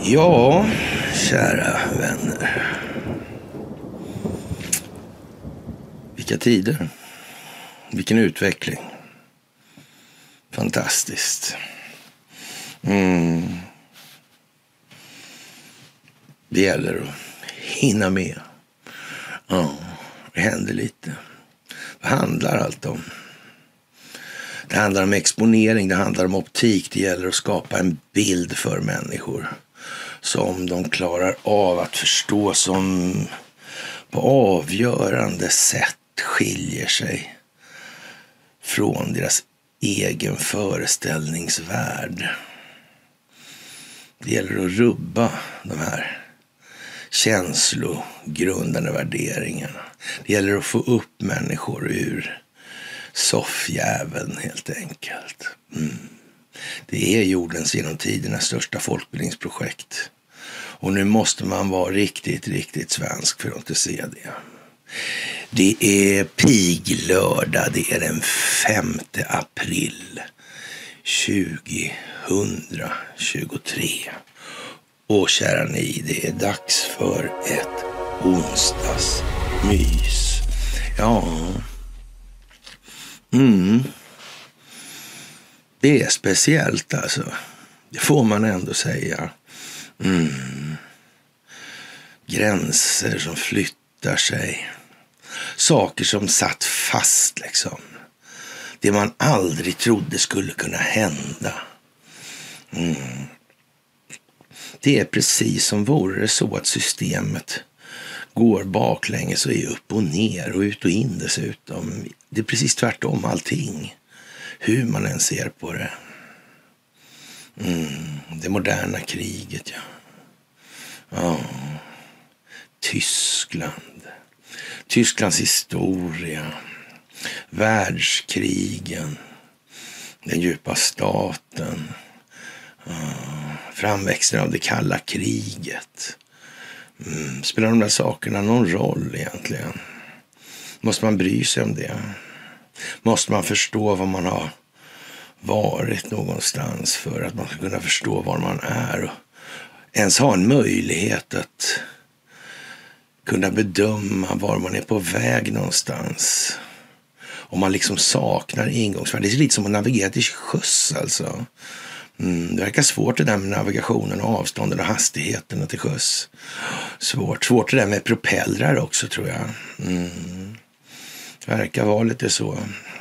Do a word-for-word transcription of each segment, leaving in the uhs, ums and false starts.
Ja, kära vänner. Vilka tider. Vilken utveckling. Fantastiskt. Mm. Det gäller att hinna med. Ja, det händer lite. Vad handlar allt om? Det handlar om exponering, det handlar om optik. Det gäller att skapa en bild för människor som de klarar av att förstå, som på avgörande sätt skiljer sig från deras egen föreställningsvärld. Det gäller att rubba de här känslogrundande värderingarna. Det gäller att få upp människor ur soffjäveln helt enkelt. Mm. Det är jordens genom tiderna största folkbildningsprojekt. Och nu måste man vara riktigt, riktigt svensk för att inte se det. Det är piglördag, det är den femte april tjugohundratjugotre. Och kära ni, det är dags för ett onsdagsmys. Ja, mm. Det är speciellt alltså. Det får man ändå säga. Mm. Gränser som flyttar sig. Saker som satt fast liksom. Det man aldrig trodde skulle kunna hända. Mm. Det är precis som vore det så att systemet går baklänges och är upp och ner och ut och in dessutom. Det är precis tvärtom allting. Hur man än ser på det. Mm, det moderna kriget, ja. Ja. Tyskland. Tysklands historia. Världskrigen. Den djupa staten. Ja. Framväxten av det kalla kriget. Mm, spelar de där sakerna någon roll egentligen? Måste man bry sig om det? Måste man förstå vad man har varit någonstans för att man ska kunna förstå var man är och ens ha en möjlighet att kunna bedöma var man är på väg någonstans? Om man liksom saknar ingångsvärde. Det är lite som att navigera till sjöss alltså. Mm, det verkar svårt det där med navigationen och avstånden och hastigheten till sjöss. Svårt. Svårt det där med propellrar också tror jag. Mm. Det verkar vara lite så.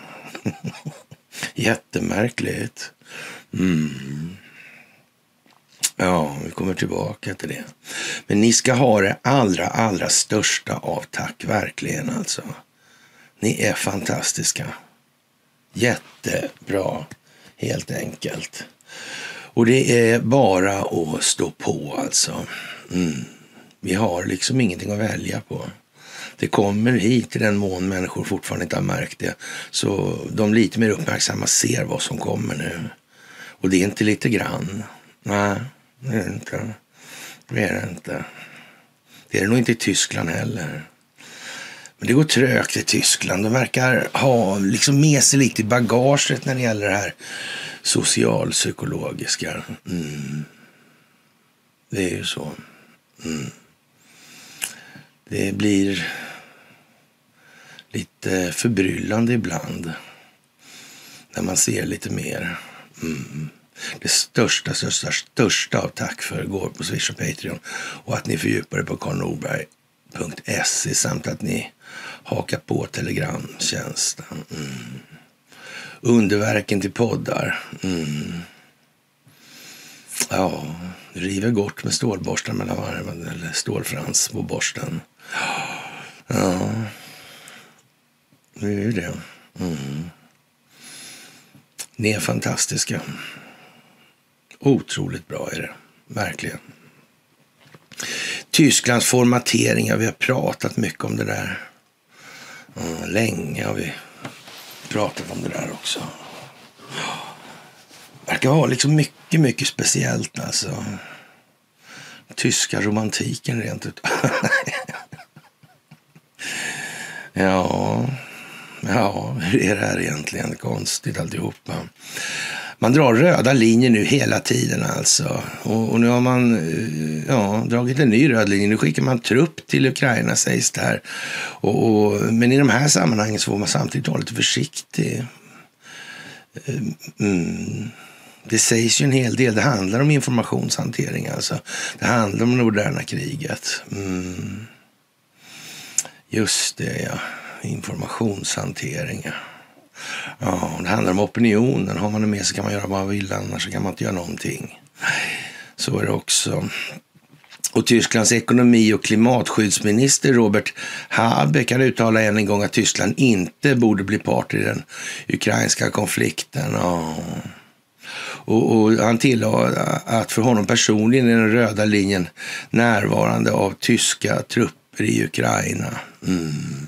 Jättemärkligt. Mm. Ja, vi kommer tillbaka till det. Men ni ska ha det allra, allra största av tack. Verkligen alltså. Ni är fantastiska. Jättebra. Helt enkelt. Och det är bara att stå på alltså. Mm. Vi har liksom ingenting att välja på. Det kommer hit i den mån människor fortfarande inte har märkt det. Så de lite mer uppmärksamma ser vad som kommer nu. Och det är inte lite grann. Nej, det är det inte. Det är det inte. Det är det nog inte i Tyskland heller. Men det går trögt i Tyskland. De verkar ha liksom med sig lite i bagaget när det gäller det här socialpsykologiska. Mm. Det är ju så. Mm. Det blir lite förbryllande ibland när man ser lite mer. Mm. Det största, största, största av tack för går på Swish och Patreon och att ni fördjupar det på karl norberg punkt se samt att ni hakar på telegramtjänsten. Mm. Underverken till poddar. Mm. Ja, river gott med stålborstar mellan varven eller stålfrans på borsten. Ja, det är ju det. Mm. Ni är fantastiska. Otroligt bra är det. Verkligen. Tysklands formateringar, vi har pratat mycket om det där. Mm, länge har vi pratat om det där också. Verkar vara liksom mycket, mycket speciellt alltså. Tyska romantiken rent ut. ja, ja, hur är det här egentligen? Konstigt alltihopa. Man drar röda linjer nu hela tiden alltså. Och, och nu har man ja, dragit en ny röd linje. Nu skickar man trupp till Ukraina, sägs det här. Och, och, men i de här sammanhangen så får man samtidigt vara lite försiktig. Mm. Det sägs ju en hel del. Det handlar om informationshantering alltså. Det handlar om det moderna kriget. Mm. Just det, ja. Informationshantering, ja. Ja, det handlar om opinionen. Har man det med så kan man göra vad man vill, annars så kan man inte göra någonting. Så är det också. Och Tysklands ekonomi- och klimatskyddsminister Robert Habeck kan uttala än en gång att Tyskland inte borde bli part i den ukrainska konflikten. Ja. Och, och han tillade att för honom personligen är den röda linjen närvarande av tyska trupper i Ukraina. Mm.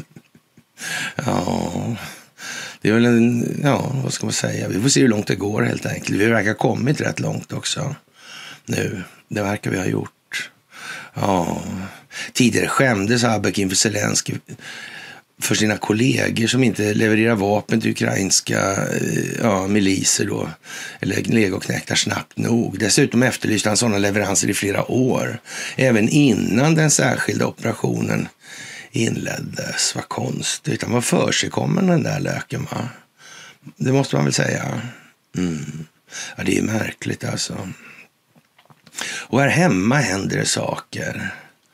Ja... Det är väl en, ja, vad ska man säga? Vi får se hur långt det går helt enkelt. Vi verkar ha kommit rätt långt också nu. Det verkar vi ha gjort. Ja. Tidigare skämdes Habeck inför Zelensky för sina kollegor som inte levererar vapen till ukrainska ja, miliser då, eller legoknektar snabbt nog. Dessutom efterlyste han sådana leveranser i flera år, även innan den särskilda operationen inleddes. Vad konstigt. Han var försigkommen den där löken, va? Det måste man väl säga. Mm. Ja, det är märkligt alltså. Och här hemma händer det saker.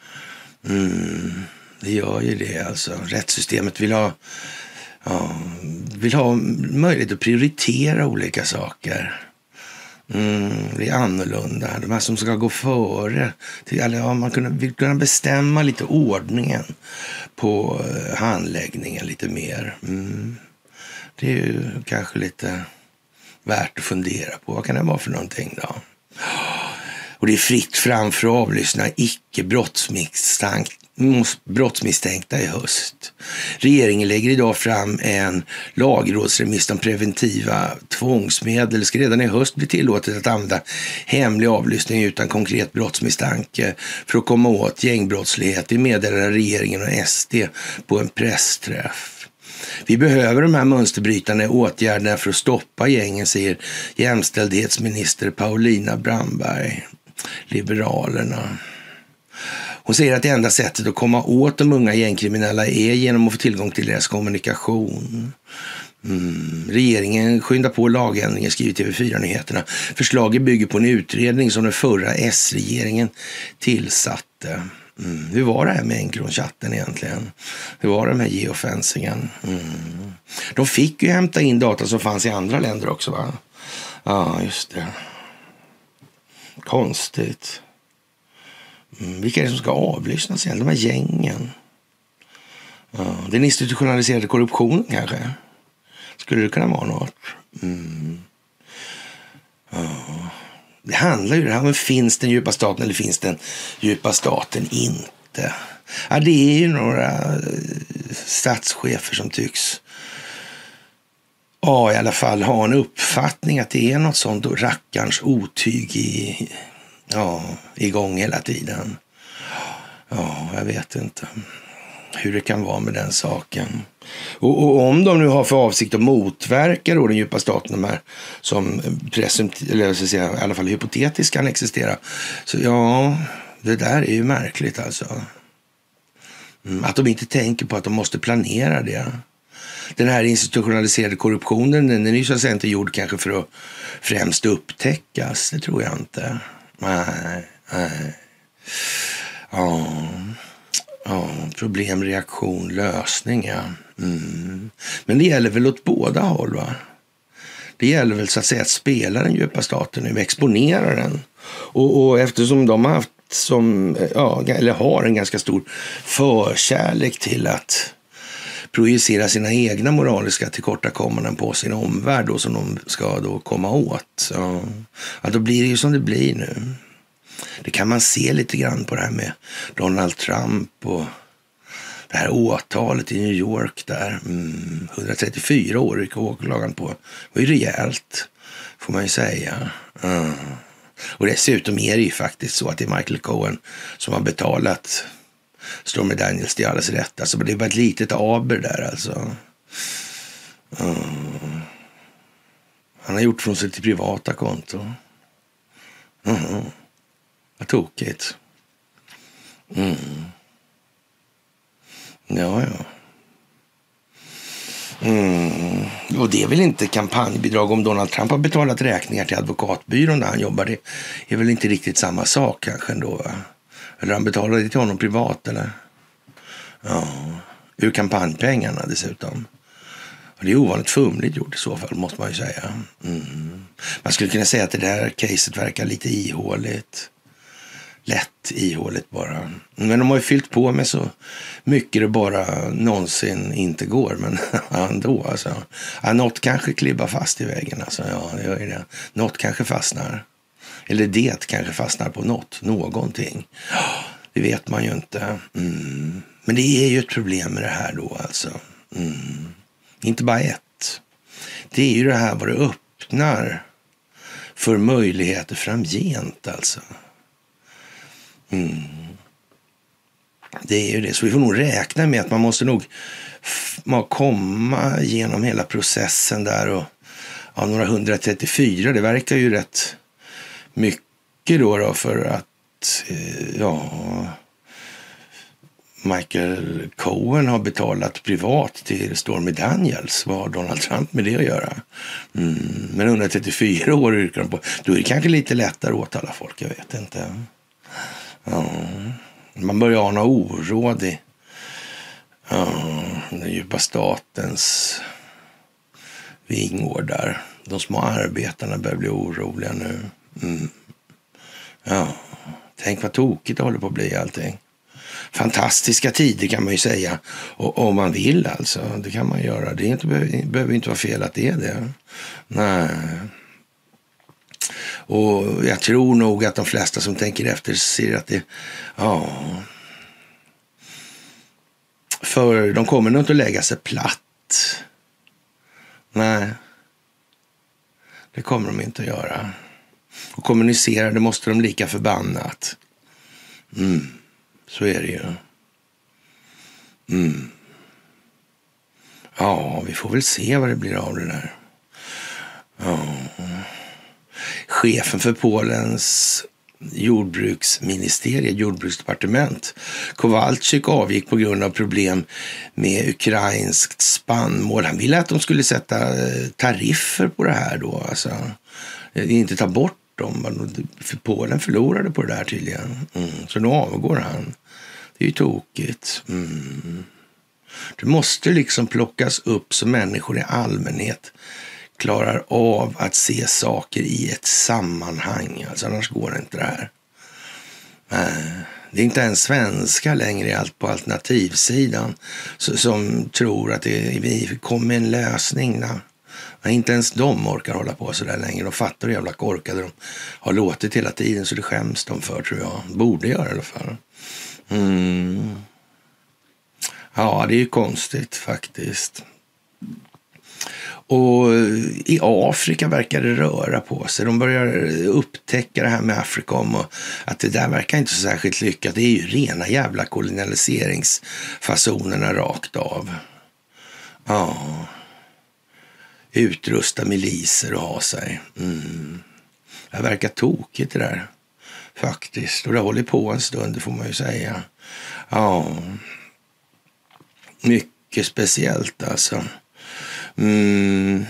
Mm. Det gör ju det alltså. Rättssystemet vill ha, ja, vill ha möjlighet att prioritera olika saker. Mm, det är annorlunda. De här som ska gå före. Eller ja, man kunna, vill kunna bestämma lite ordningen på handläggningen lite mer. Mm. Det är ju kanske lite värt att fundera på. Vad kan det vara för någonting då? Och det är fritt fram för att avlyssna icke-brottsmisstänkta brottsmisstänkta i höst. Regeringen lägger idag fram en lagrådsremiss om preventiva tvångsmedel. Det ska redan i höst bli tillåtet att använda hemlig avlyssning utan konkret brottsmisstanke för att komma åt gängbrottslighet. Det meddelar regeringen och S D på en pressträff. Vi behöver de här mönsterbrytande åtgärderna för att stoppa gängen, säger jämställdhetsminister Paulina Brandberg, Liberalerna. Hon säger att det enda sättet att komma åt de unga gängkriminella är genom att få tillgång till deras kommunikation. Mm. Regeringen skyndar på lagändringen, skriver T V fyra-nyheterna. Förslaget bygger på en utredning som den förra S-regeringen tillsatte. Mm. Hur var det här med Encron-chatten egentligen? Hur var det med geofencingen? Mm. De fick ju hämta in data som fanns i andra länder också, va? Ja, just det. Konstigt. Mm, vilka är det som ska avlyssnas igen? De här gängen. Ja, den institutionaliserade korruptionen kanske. Skulle det kunna vara något? Mm. Ja. Det handlar ju det här om finns den djupa staten eller finns den djupa staten inte? Ja, det är ju några statschefer som tycks ja, i alla fall ha en uppfattning att det är något sånt och rackarns otyg i ja, igång hela tiden. Ja, jag vet inte hur det kan vara med den saken. Och, och om de nu har för avsikt att motverka då den djupa staten, de här som presumt, eller så säga, i alla fall hypotetiskt kan existera. Så ja, det där är ju märkligt alltså. Mm, att de inte tänker på att de måste planera det. Den här institutionaliserade korruptionen, den är ju så att säga inte gjord kanske för att främst upptäckas. Det tror jag inte. Nej, nej. Ja, ja, problem, reaktion, lösning, ja. Mm. Men det gäller väl åt båda håll, va? Det gäller väl så att säga att spela den djupa staten nu, exponera den. Och, och eftersom de har haft som, ja, eller har en ganska stor förkärlek till att projicera sina egna moraliska tillkortakommanden på sin omvärld då, som de ska då komma åt. Så, ja, då blir det ju som det blir nu. Det kan man se lite grann på det här med Donald Trump och det här åtalet i New York där. Mm, hundratrettiofyra år gick åklagaren på. Det var ju rejält, får man ju säga. Mm. Och dessutom är det ju faktiskt så att det är Michael Cohen som har betalat Stormy Daniels till allas rätt. Alltså, det är bara ett litet aber där alltså. Mm. Han har gjort från sig till privata konto. Mm. Vad tokigt. Mm. Ja, ja. Mm. Och det är väl inte kampanjbidrag om Donald Trump har betalat räkningar till advokatbyrån där han jobbar. Det är väl inte riktigt samma sak kanske ändå, va? Eller han betalade det till honom privat, eller? Ja, ur kampanjpengarna dessutom. Och det är ovanligt fumligt gjort i så fall, måste man ju säga. Mm. Man skulle kunna säga att det där caset verkar lite ihåligt. Lätt ihåligt bara. Men de har ju fyllt på med så mycket det bara någonsin inte går. Men ändå alltså. Ja, något kanske klibbar fast i väggen. Alltså. Ja, det gör ju det. Något kanske fastnar. Eller det kanske fastnar på något. Någonting. Det vet man ju inte. Mm. Men det är ju ett problem med det här då alltså. Mm. Inte bara ett. Det är ju det här vad det öppnar för möjligheter framgent alltså. Mm. Det är ju det. Så vi får nog räkna med att man måste nog f- komma genom hela processen där. Och ja, några hundratrettiofyra, det verkar ju rätt mycket då, då för att eh, ja... Michael Cohen har betalat privat till Stormy Daniels. Vad har Donald Trump med det att göra? Mm, men hundratrettiofyra år yrkar de på. Då är det kanske lite lättare att åtala folk, jag vet inte. Ja, man börjar ana oråd i ja, den djupa statens vingårdar. De små arbetarna börjar bli oroliga nu. Mm. Ja, tänk vad tokigt det håller på att bli allting. Fantastiska tider kan man ju säga. Och om man vill alltså. Det kan man göra. Det är inte, behöver, behöver inte vara fel att det är det. Nej. Och jag tror nog att de flesta som tänker efter ser att det... Ja. För de kommer nog inte att lägga sig platt. Nej. Det kommer de inte att göra. Och kommunicera, det måste de lika förbannat. Mm. Så är det ju. Mm. Ja, vi får väl se vad det blir av det där. Ja. Chefen för Polens jordbruksministerie, jordbruksdepartement, Kowalczyk, avgick på grund av problem med ukrainskt spannmål. Han ville att de skulle sätta tariffer på det här då. Alltså, inte ta bort dem. För Polen förlorade på det där tydligen. Mm. Så nu avgår han. Det är ju tokigt. Mm. Det måste liksom plockas upp så människor i allmänhet klarar av att se saker i ett sammanhang. Alltså annars går det inte det här. Nej. Det är inte ens svenska längre allt på alternativsidan som tror att det, vi kommer med en lösning. Nej. Nej, inte ens de orkar hålla på så där längre. De fattar hur jävla korkade de har låtit hela tiden, så det skäms de för, tror jag. Borde göra i alla fall. Mm. Ja, det är ju konstigt faktiskt. Och i Afrika verkar det röra på sig. De börjar upptäcka det här med Afrikom och att det där verkar inte så särskilt lyckat. Det är ju rena jävla kolonialiseringsfasonerna rakt av. Ja. Utrusta miliser och ha sig. Mm. Det verkar tokigt det där. Faktiskt. Och det håller på en stund, det får man ju säga. Ja. Mycket speciellt alltså. Mm.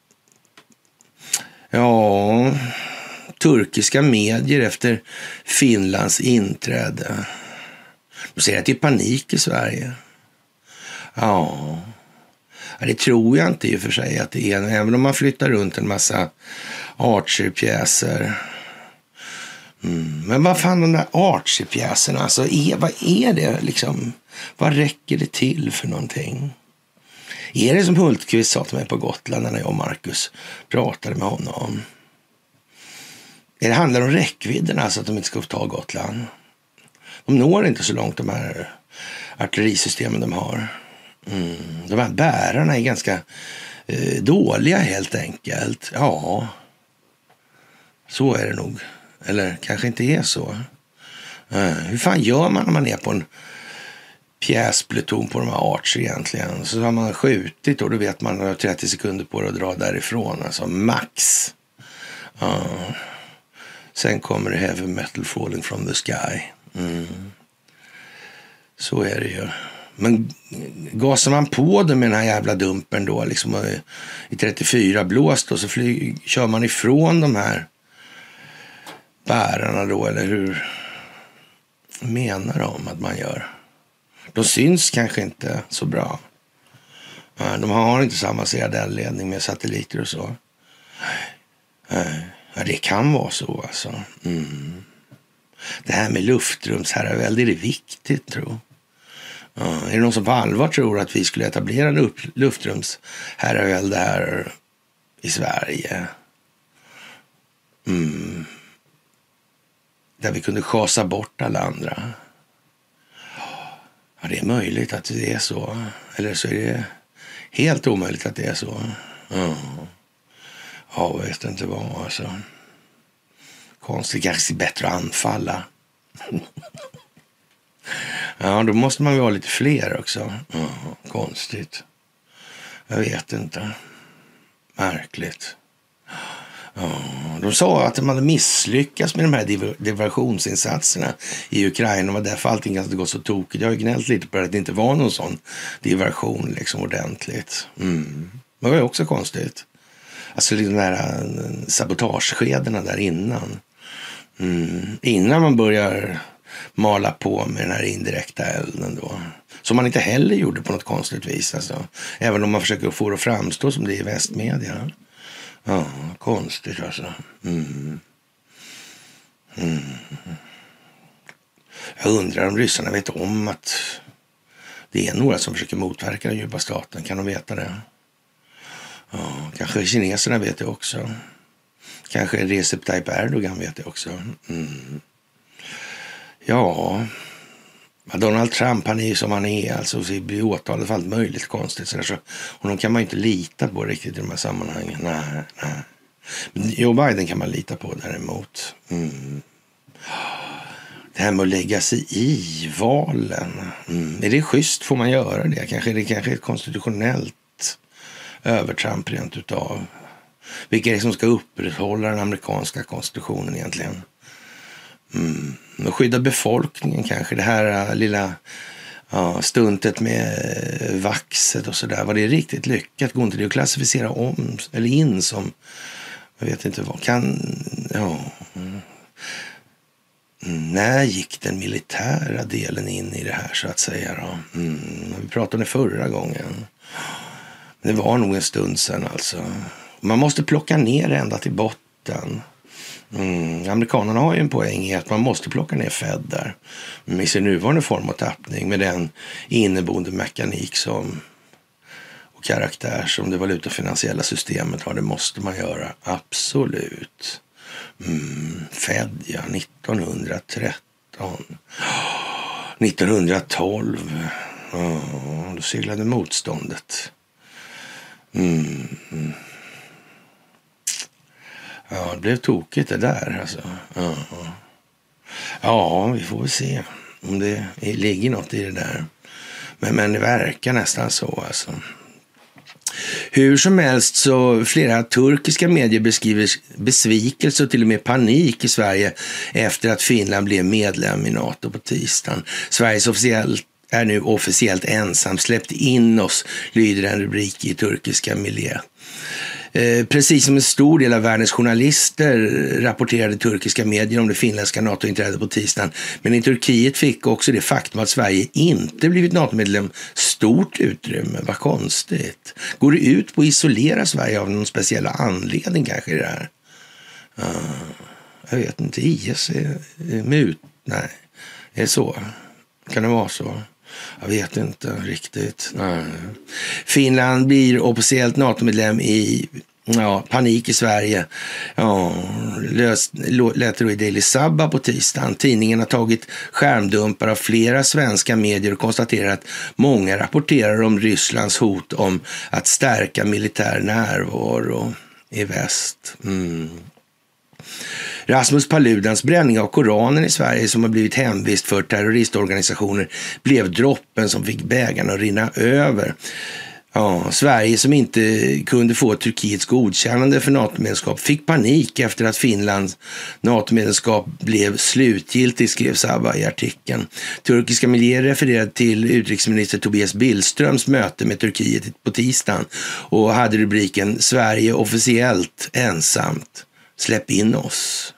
Ja. Turkiska medier efter Finlands inträde. De säger att det är panik i Sverige. Ja. Ja, det tror jag inte i och för sig att det är. Även om man flyttar runt en massa Archie-pjäser. Mm. Men vad fan de där Archie-pjäserna, alltså, är, vad är det liksom? Vad räcker det till för någonting? Är det som Hultqvist sa till mig på Gotland när jag och Marcus pratade med honom? Det handlar om räckvidden, alltså att de inte ska få ta Gotland. De når inte så långt, de här artillerisystemen de har. Mm. De här bärarna är ganska eh, dåliga helt enkelt. Ja, så är det nog. Eller kanske inte är så. Uh, hur fan gör man när man är på en pjäspluton på de här Archer egentligen. Så har man skjutit och då vet man att man har trettio sekunder på det att dra därifrån. Alltså max. Uh. Sen kommer det heavy metal falling from the sky. Mm. Så är det ju. Men gasar man på det med den här jävla dumpen då liksom i trettiofyra blåst och så flyg, kör man ifrån de här bärarna då, eller hur menar de att man gör? De syns kanske inte så bra. De har inte samma C D L-ledning med satelliter och så. Ja, det kan vara så alltså. Mm. Det här med luftrumsherravälde, är det viktigt, tror jag. Ja, är det någon som på allvar tror att vi skulle etablera en luftrumsherravälde här i Sverige? Mm. Där vi kunde chasa bort alla andra. Ja, det är möjligt att det är så. Eller så är det helt omöjligt att det är så. Ja, ja jag vet inte vad alltså. Konstigt, kanske bättre att anfalla. Ja, då måste man ju ha lite fler också. Ja, konstigt. Jag vet inte. Märkligt. Ja, de sa att de hade misslyckats med de här diver- diversionsinsatserna i Ukraina. Och därför allting hade gått så tokigt. Jag har gnällt lite på att det inte var någon sån diversion liksom ordentligt. Mm. Men det var också konstigt. Alltså de där sabotageskedena där innan. Mm. Innan man börjar mala på med den här indirekta elden då. Som man inte heller gjorde på något konstigt vis. Alltså. Även om man försöker få det att framstå som det i västmedia. Ja, konstigt alltså. Mm. Mm. Jag undrar om ryssarna vet om att det är några som försöker motverka den djupa staten. Kan de veta det? Ja, kanske kineserna vet det också. Kanske Recep Tayyip Erdogan vet det också. Mm. Ja, Donald Trump, han är ju som han är. Alltså, så blir åtalet för allt möjligt konstigt. Så där, så, och de kan man ju inte lita på riktigt i de här sammanhangen. Nej, nej. Men Joe Biden kan man lita på däremot. Mm. Det här med att lägga sig i valen. Mm. Är det schysst? Får man göra det? Kanske det kanske är ett konstitutionellt övertramp rent utav. Vilka är det som ska upprätthålla den amerikanska konstitutionen egentligen? Mm. Och skydda befolkningen kanske. Det här lilla ja, stuntet med vaxet och sådär. Var det riktigt lyckat? Går inte det att klassificera om eller in som, jag vet inte vad, kan, ja. Mm. När gick den militära delen in i det här så att säga då? Mm. Vi pratade om det förra gången. Det var nog en stund sedan alltså. Man måste plocka ner ända till botten. Mm. Amerikanerna har ju en poäng i att man måste plocka ner Fed där med sin nuvarande form och tappning med den inneboende mekanik som och karaktär som det valutafinansiella systemet har. Det måste man göra, absolut. Mm. Fed, ja, nittonhundratretton nittonhundratolv oh, då seglade motståndet. Mm. Ja, det blev tokigt det där alltså. Ja, ja vi får väl se om det ligger något i det där. Men, men det verkar nästan så alltså. Hur som helst så flera turkiska medier beskriver besvikelse och till och med panik i Sverige efter att Finland blev medlem i NATO på tisdagen. Sveriges officiellt är nu officiellt ensam släppt in oss, lyder en rubrik i turkiska miljö. Eh, precis som en stor del av världens journalister rapporterade turkiska medier om det finländska NATO-inträdet på tisdagen. Men i Turkiet fick också det faktum att Sverige inte blivit NATO-medlem stort utrymme. Vad konstigt. Går det ut på att isolera Sverige av någon speciell anledning kanske i det här? Uh, jag vet inte. I S är mut. Nej, är det så? Kan det vara så? Jag vet inte riktigt. Nej. Finland blir officiellt NATO-medlem i ja, panik i Sverige. Ja, löst, lät det i Daily Sabba på tisdagen. Tidningen har tagit skärmdumpar av flera svenska medier och konstaterar att många rapporterar om Rysslands hot om att stärka militär närvaro i väst. Mm. Rasmus Paludans bränning av Koranen i Sverige, som har blivit hemvist för terroristorganisationer, blev droppen som fick bägaren att rinna över. Ja, Sverige, som inte kunde få Turkiets godkännande för NATO-medlemskap, fick panik efter att Finlands NATO-medlemskap blev slutgiltigt, skrev Sabah i artikeln. Turkiska medier refererade till utrikesminister Tobias Billströms möte med Turkiet på tisdagen och hade rubriken "Sverige officiellt ensamt. Släpp in oss."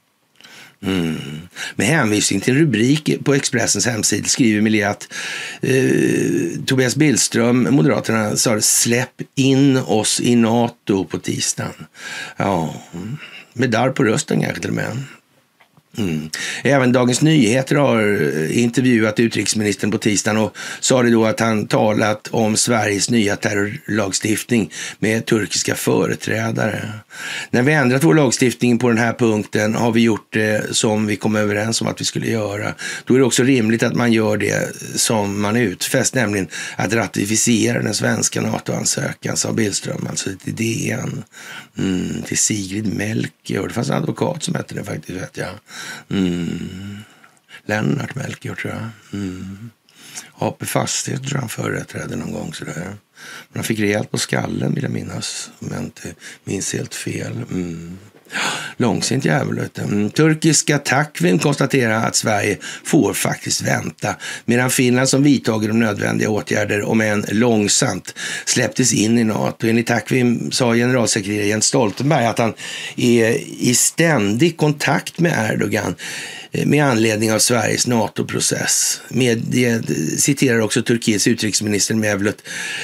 Mm. Med hänvisning till en rubrik på Expressens hemsida skriver Miljöa att eh, Tobias Billström, Moderaterna, sa "släpp in oss i NATO" på tisdagen. Ja, med darr på rösten kanske till och med. Mm. Även Dagens Nyheter har intervjuat utrikesministern på tisdagen och sa det då att han talat om Sveriges nya terrorlagstiftning med turkiska företrädare. När vi ändrat vår lagstiftning på den här punkten har vi gjort det som vi kom överens om att vi skulle göra. Då är det också rimligt att man gör det som man utfäst, nämligen att ratificera den svenska NATO-ansökan, sa Billström, alltså till D N. Mm, till Sigrid Melchior. Det fanns en advokat som hette det faktiskt, vet jag. Mm. Lennart Melchior, tror jag. Mm. A P Fastighet tror jag han företrädde någon gång sådär. Men han fick rejält på skallen, vill jag minnas, om jag inte minns helt fel. Mm. Långsint jävel. Mm. Turkiska Takvim konstaterar att Sverige får faktiskt vänta, medan Finland, som vidtager de nödvändiga åtgärder om än långsamt, släpptes in i NATO. Enligt Takvim sa generalsekreterare Jens Stoltenberg att han är i ständig kontakt med Erdogan med anledning av Sveriges NATO-process. Med det citerar också Turkiets utrikesminister Mevlut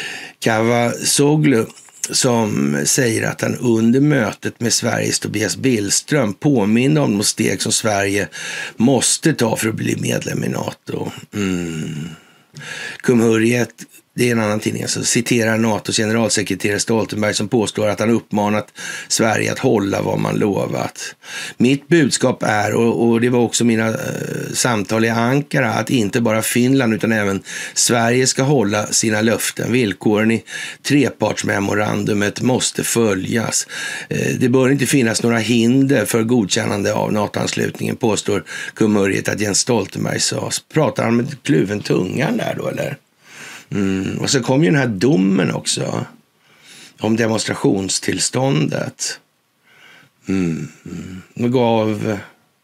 Cavusoglu, som säger att han under mötet med Sveriges Tobias Billström påminner om de steg som Sverige måste ta för att bli medlem i NATO. Mm. Cumhuriyet, det är en annan tidning, så citerar NATOs generalsekreterare Stoltenberg, som påstår att han uppmanat Sverige att hålla vad man lovat. Mitt budskap är, och, och det var också mina eh, samtal i Ankara, att inte bara Finland utan även Sverige ska hålla sina löften. Villkoren i trepartsmemorandumet måste följas. Eh, det bör inte finnas några hinder för godkännande av NATO-anslutningen, påstår Cumhuriyet att Jens Stoltenberg sa. Pratar han med kluven tungan där då, eller? Mm. Och så kom ju den här domen också om demonstrationstillståndet. Mm. Mm. Det gav,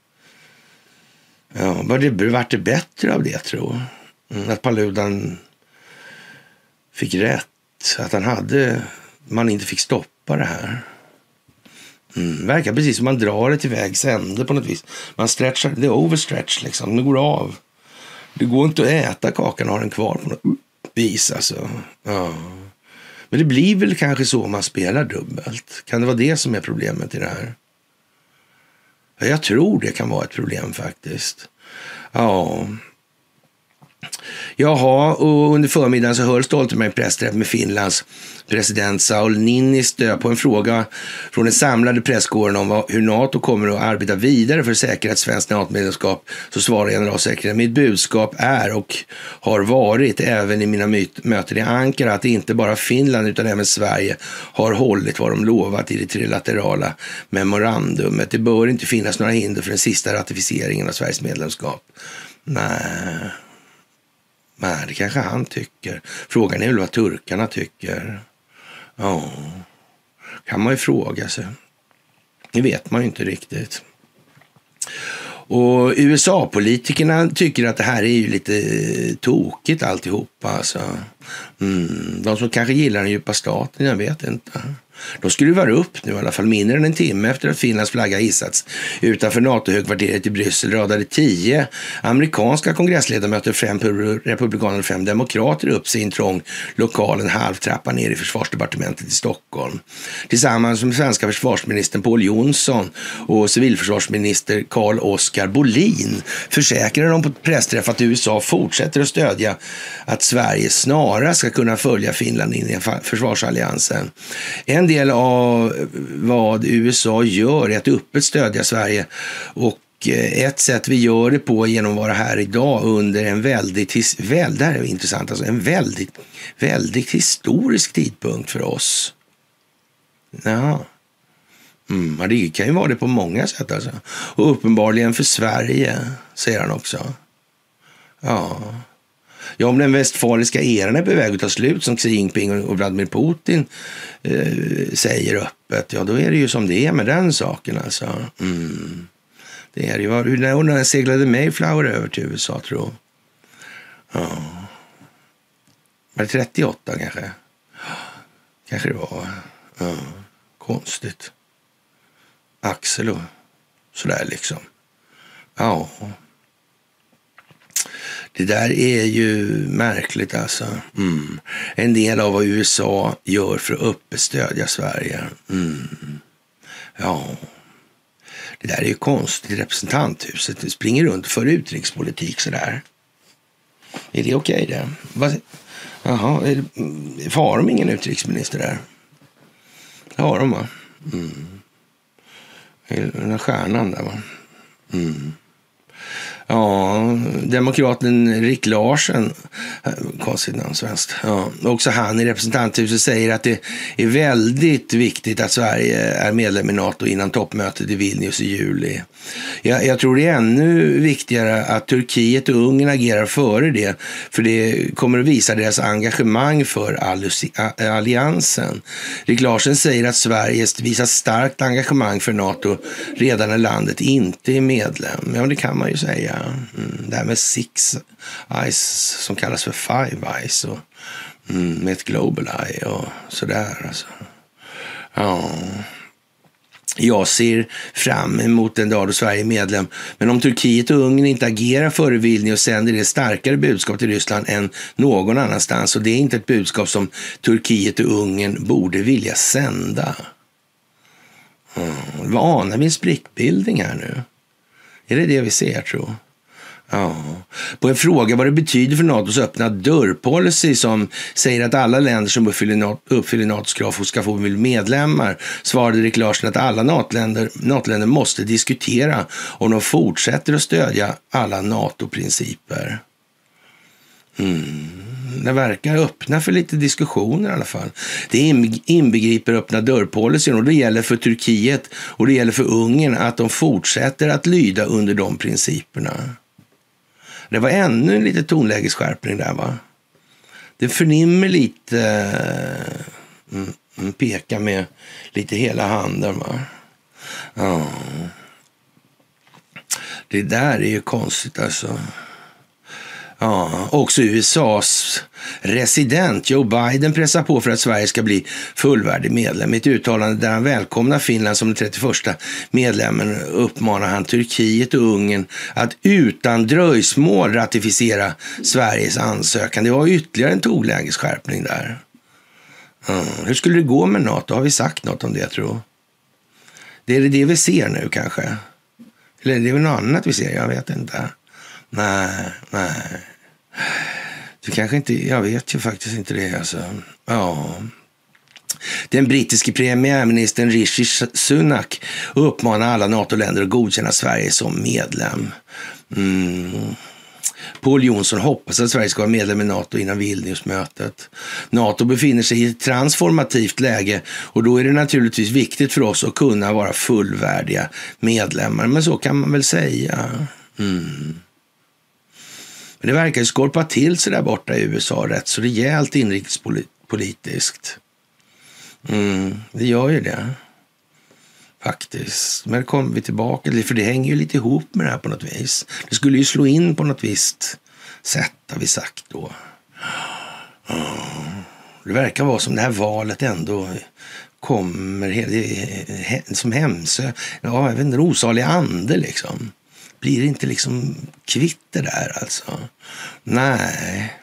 ja, var det, vart det bättre av det, tror jag. Mm. Att Paludan fick rätt, att han hade, man inte fick stoppa det här. Mm. Verkar precis som man drar det till vägs ände på något vis. Man stretchar, det är overstretch liksom, det går av. Det går inte att äta kakan och ha den kvar på något vis, alltså. Ja. Men det blir väl kanske så om man spelar dubbelt. Kan det vara det som är problemet i det här? Ja, jag tror det kan vara ett problem faktiskt. Ja. Jaha, och under förmiddagen så höll Stoltenberg pressträff med Finlands president Sauli Niinistö. På en fråga från den samlade presskåren om vad, hur NATO kommer att arbeta vidare för att säkra ett svenskt NATO-medlemskap, så svarar generalsekreteraren: mitt budskap är och har varit även i mina möten i Ankara att inte bara Finland utan även Sverige har hållit vad de lovat i det trilaterala memorandumet. Det bör inte finnas några hinder för den sista ratificeringen av Sveriges medlemskap. Nej... Nej, det kanske han tycker. Frågan är väl vad turkarna tycker. Ja, kan man ju fråga sig. Det vet man ju inte riktigt. Och U S A-politikerna tycker att det här är ju lite tokigt alltihopa. Alltså. Mm, de som kanske gillar den djupa staten, jag vet inte. De skruvar upp nu i alla fall. Mindre än en timme efter att Finlands flagga hissats utanför NATO-högkvarteret i Bryssel radade tio amerikanska kongressledamöter, fem republikaner och fem demokrater upp sig i en trång lokal en halv trappa ner i försvarsdepartementet i Stockholm. Tillsammans med svenska försvarsministern Paul Jonsson och civilförsvarsminister Carl Oskar Bolin försäkrar de på pressträff att U S A fortsätter att stödja att Sverige snarare ska kunna följa Finland in i försvarsalliansen. En del av vad U S A gör är att öppet stödja Sverige, och ett sätt vi gör det på genom att vara här idag under en väldigt, väl, det här är intressant, alltså en väldigt, väldigt historisk tidpunkt för oss. Ja. Mm, ja, det kan ju vara det på många sätt alltså. Och uppenbarligen för Sverige, säger han också. Ja. Ja, om den västfaliska eran är på väg att ta slut, som Xi Jinping och Vladimir Putin eh, säger öppet, ja då är det ju som det är med den saken alltså. Mm. Det är ju, hur när den seglade Mayflower över till U S A, tror jag. Ja. Var det trettioåtta kanske? Kanske det var. Ja. Konstigt. Axel och sådär liksom. Ja. Det där är ju märkligt alltså. Mm. En del av vad U S A gör för att uppestödja Sverige. Mm. Ja. Det där är ju konstigt. Representanthuset, det springer runt för utrikespolitik sådär. Är det okej det? Vad? Jaha, är det, har de ingen utrikesminister där? Det har de, va? Mm. Den här stjärnan där, va? Mm. Ja, demokraten Rick Larsen, konstigt namn svenskt. Ja, också han i representanthuset säger att det är väldigt viktigt att Sverige är medlem i NATO innan toppmötet i Vilnius i juli. Jag, jag tror det är ännu viktigare att Turkiet och Ungern agerar före det, för det kommer att visa deras engagemang för alliansen. Rick Larsen säger att Sverige visar starkt engagemang för NATO redan när landet inte är medlem. Ja, det kan man ju säga. Mm, det här med Six Eyes som kallas för Five Eyes och mm, med ett Global Eye och sådär alltså. Ja. Jag ser fram emot en dag då Sverige är medlem, men om Turkiet och Ungern inte agerar före Vilnius sänder det starkare budskap till Ryssland än någon annanstans, och det är inte ett budskap som Turkiet och Ungern borde vilja sända. Mm. Vad anar vi en sprickbildning här nu? Är det det vi ser, tror jag? Ja. På en fråga vad det betyder för NATOs öppna dörrpolicy som säger att alla länder som uppfyller, NATO, uppfyller NATOs krav ska få bli medlemmar, svarade Rick Larsen att alla NATO-länder, NATO-länder måste diskutera om de fortsätter att stödja alla NATO-principer. Mm. Det verkar öppna för lite diskussioner i alla fall. Det inbegriper öppna dörrpolicyn, och det gäller för Turkiet och det gäller för Ungern att de fortsätter att lyda under de principerna. Det var ännu en lite tonlägesskärpning där, va? Det förnimmer lite, mm, peka med lite hela handen, va? Ja. Det där är ju konstigt alltså. Ja, också U S A:s resident Joe Biden pressar på för att Sverige ska bli fullvärdig medlem. I ett uttalande där han välkomnar Finland som den trettioförsta medlemmen uppmanar han Turkiet och Ungern att utan dröjsmål ratificera Sveriges ansökan. Det var ytterligare en tonlägesskärpning där. Mm. Hur skulle det gå med NATO? Har vi sagt något om det, tror jag? Det är det, det vi ser nu kanske? Eller det är väl något annat vi ser? Jag vet inte. Nej, nej. Du kanske inte, jag vet ju faktiskt inte det alltså. Ja. Den brittiske premiärministern Rishi Sunak uppmanar alla NATO-länder att godkänna Sverige som medlem. Mm. Paul Jonsson hoppas att Sverige ska vara medlem i NATO innan Vilnius-mötet. NATO befinner sig i ett transformativt läge, och då är det naturligtvis viktigt för oss att kunna vara fullvärdiga medlemmar. Men så kan man väl säga. Mm. Men det verkar ju skorpa till sig där borta i U S A rätt så rejält inrikespolitiskt. Mm, det gör ju det. Faktiskt. Men kommer vi tillbaka till det, för det hänger ju lite ihop med det här på något vis. Det skulle ju slå in på något visst sätt, har vi sagt då. Mm. Det verkar vara som det här valet ändå kommer som hemsö. Ja, jag vet inte, en osalig ande liksom. Blir det inte liksom kvitt det där alltså? Nej.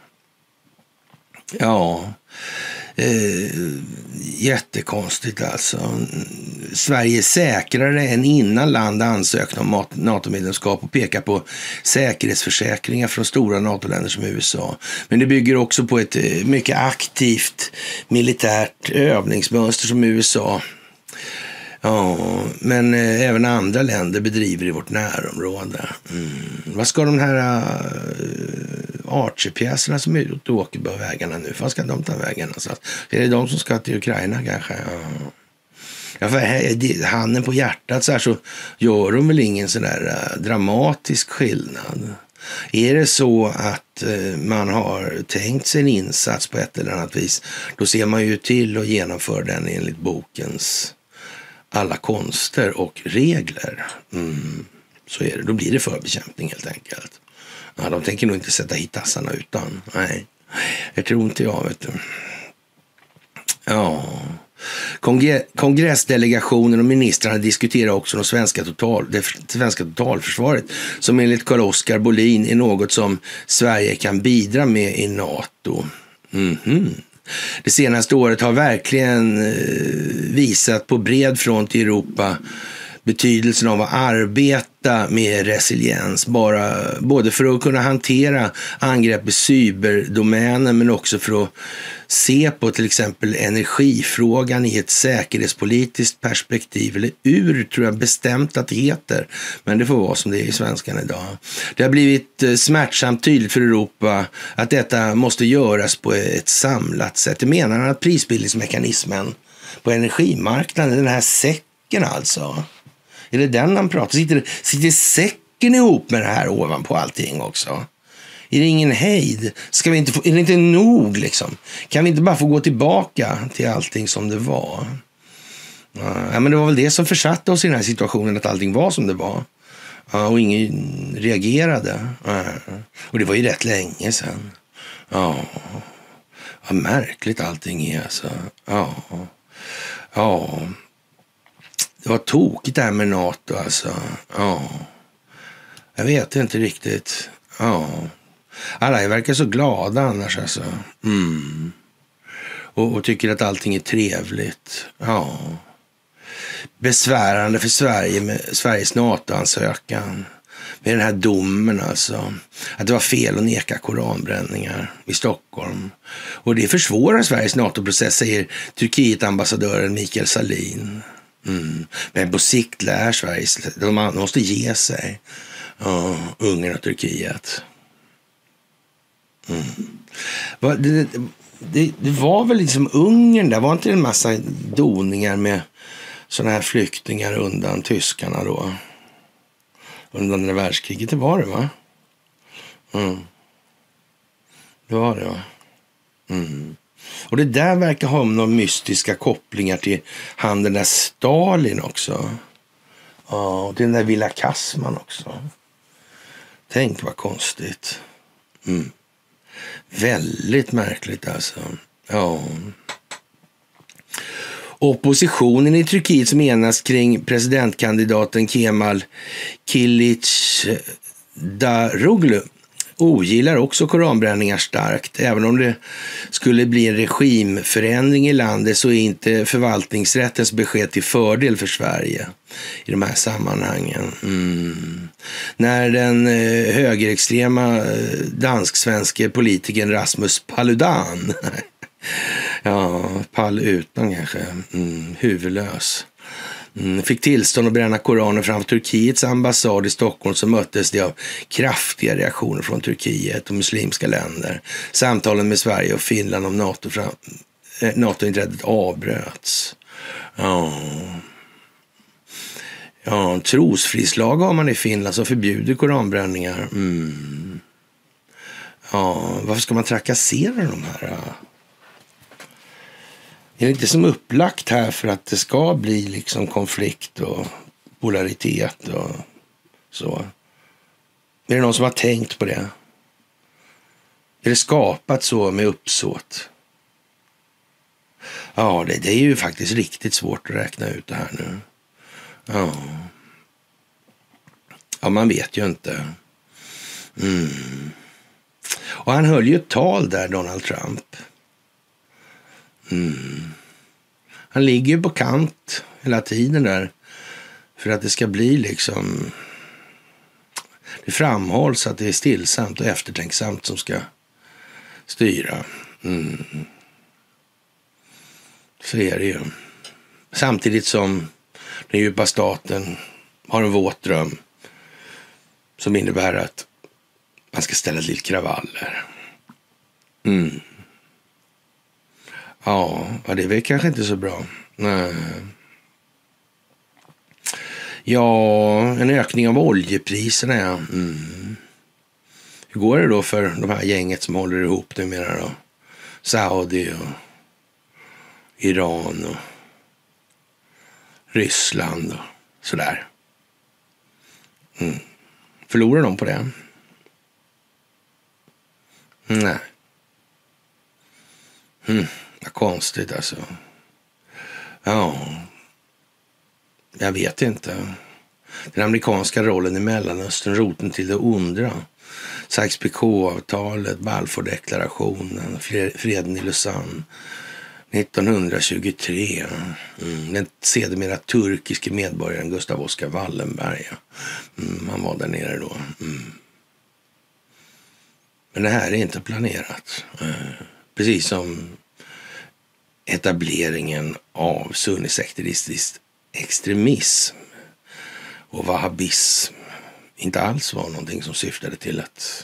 Ja. Eh, jättekonstigt alltså. Sverige är säkrare än innan land ansökte om NATO-medlemskap och pekar på säkerhetsförsäkringar från stora NATO-länder som U S A. Men det bygger också på ett mycket aktivt militärt övningsmönster som U S A. Ja, men eh, även andra länder bedriver i vårt närområde. Mm. Vad ska de här uh, Archer-pjäserna som är ute och åker på vägarna nu? Vad ska de ta vägen? Alltså, är det de som ska till Ukraina kanske? Ja. Ja, för här, handen på hjärtat så här så gör de väl ingen sån där uh, dramatisk skillnad. Är det så att uh, man har tänkt sig en insats på ett eller annat vis, då ser man ju till att genomföra den enligt bokens alla konster och regler. Mm, så är det. Då blir det förbekämpning helt enkelt. Ja, de tänker nog inte sätta hit tassarna utan. Nej, det tror inte jag, vet du. Ja... Kongre- kongressdelegationen och ministrarna diskuterar också de svenska total, det svenska totalförsvaret som enligt Carl-Oskar Bolin är något som Sverige kan bidra med i NATO. Mm-hmm. Det senaste året har verkligen eh, visat på bred front i Europa betydelsen av att arbeta med resiliens, bara, både för att kunna hantera angrepp i cyberdomänen men också för att se på till exempel energifrågan i ett säkerhetspolitiskt perspektiv, eller ur tror jag bestämt att det heter, men det får vara som det är i svenskan idag. Det har blivit smärtsamt tydligt för Europa att detta måste göras på ett samlat sätt. Det menar han att prisbildningsmekanismen på energimarknaden, den här säcken alltså, är det den han pratar? Sitter, sitter säcken ihop med det här ovanpå allting också? Är det ingen hejd? Ska vi inte få, är det inte nog liksom? Kan vi inte bara få gå tillbaka till allting som det var? Ja, men det var väl det som försatte oss i den här situationen, att allting var som det var. Ja, och ingen reagerade. Ja, och det var ju rätt länge sedan. Ja, vad märkligt allting är alltså. Ja, ja. Det var tokigt det här med NATO alltså. Ja. Jag vet inte riktigt. Ja. Alla verkar så glada annars alltså. Mm. Och, och tycker att allting är trevligt. Ja. Besvärande för Sverige med Sveriges NATO-ansökan. Med den här domen alltså. Att det var fel att neka koranbränningar i Stockholm. Och det försvårar Sveriges NATO-process, säger Turkiet-ambassadören Mikael Salin. Mm. Men på sikt lär Sverige, de måste ge sig. Ja, Ungern och Turkiet. Mm. Det, det, det var väl liksom Ungern där, var inte det en massa doningar med sådana här flyktingar undan tyskarna då? Undan det världskriget, det var det va? Mm. Det var det va? Mm. Och det där verkar ha några mystiska kopplingar till han den där Stalin också. Ja, och till den där Villa Kassman också. Tänk vad konstigt. Mm. Väldigt märkligt alltså. Ja. Oppositionen i Turkiet som enas kring presidentkandidaten Kemal Kılıçdaroğlu ogillar också koranbränningar starkt. Även om det skulle bli en regimförändring i landet så är inte förvaltningsrättens besked till fördel för Sverige i de här sammanhangen. Mm. När den eh, högerextrema eh, dansk-svenske politikern Rasmus Paludan ja, Paludan kanske, mm, huvudlös. Mm, fick tillstånd att bränna koraner framför Turkiets ambassad i Stockholm, så möttes det av kraftiga reaktioner från Turkiet och muslimska länder. Samtalen med Sverige och Finland om NATO fram, eh, NATO-inträdet avbröts. Ja. Ja, en trosfrislag har man i Finland som förbjuder koranbränningar. Mm. Ja, varför ska man trakassera de här? Är det inte som upplagt här för att det ska bli liksom konflikt och polaritet och så? Är det någon som har tänkt på det? Är det skapat så med uppsåt? Ja, det, det är ju faktiskt riktigt svårt att räkna ut det här nu. Ja, ja man vet ju inte. Mm. Och han höll ju ett tal där, Donald Trump. Mm. Han ligger ju på kant hela tiden där för att det ska bli liksom, det framhålls att det är stillsamt och eftertänksamt som ska styra. Mm. Så är det ju. Samtidigt som den djupa staten har en våt dröm som innebär att man ska ställa till kravaller. Mm. Ja, det är väl kanske inte så bra. Nej. Ja, en ökning av oljepriserna. Ja. Mm. Hur går det då för de här gänget som håller ihop numera då? Saudi och Iran och Ryssland och sådär. Mm. Förlorar de på det? Nej. Mm. Vad konstigt alltså. Ja, jag vet inte. Den amerikanska rollen i Mellanöstern, roten till det ondra. Sykes-Picot-avtalet, Balfour-deklarationen, freden i Lausanne nittonhundratjugotre. Mm. Den sedermera turkiske medborgaren Gustav Oskar Wallenberg. Mm. Han var där nere då. Mm. Men det här är inte planerat. Mm. Precis som etableringen av sunnisekteristisk extremism och wahhabism inte alls var någonting som syftade till att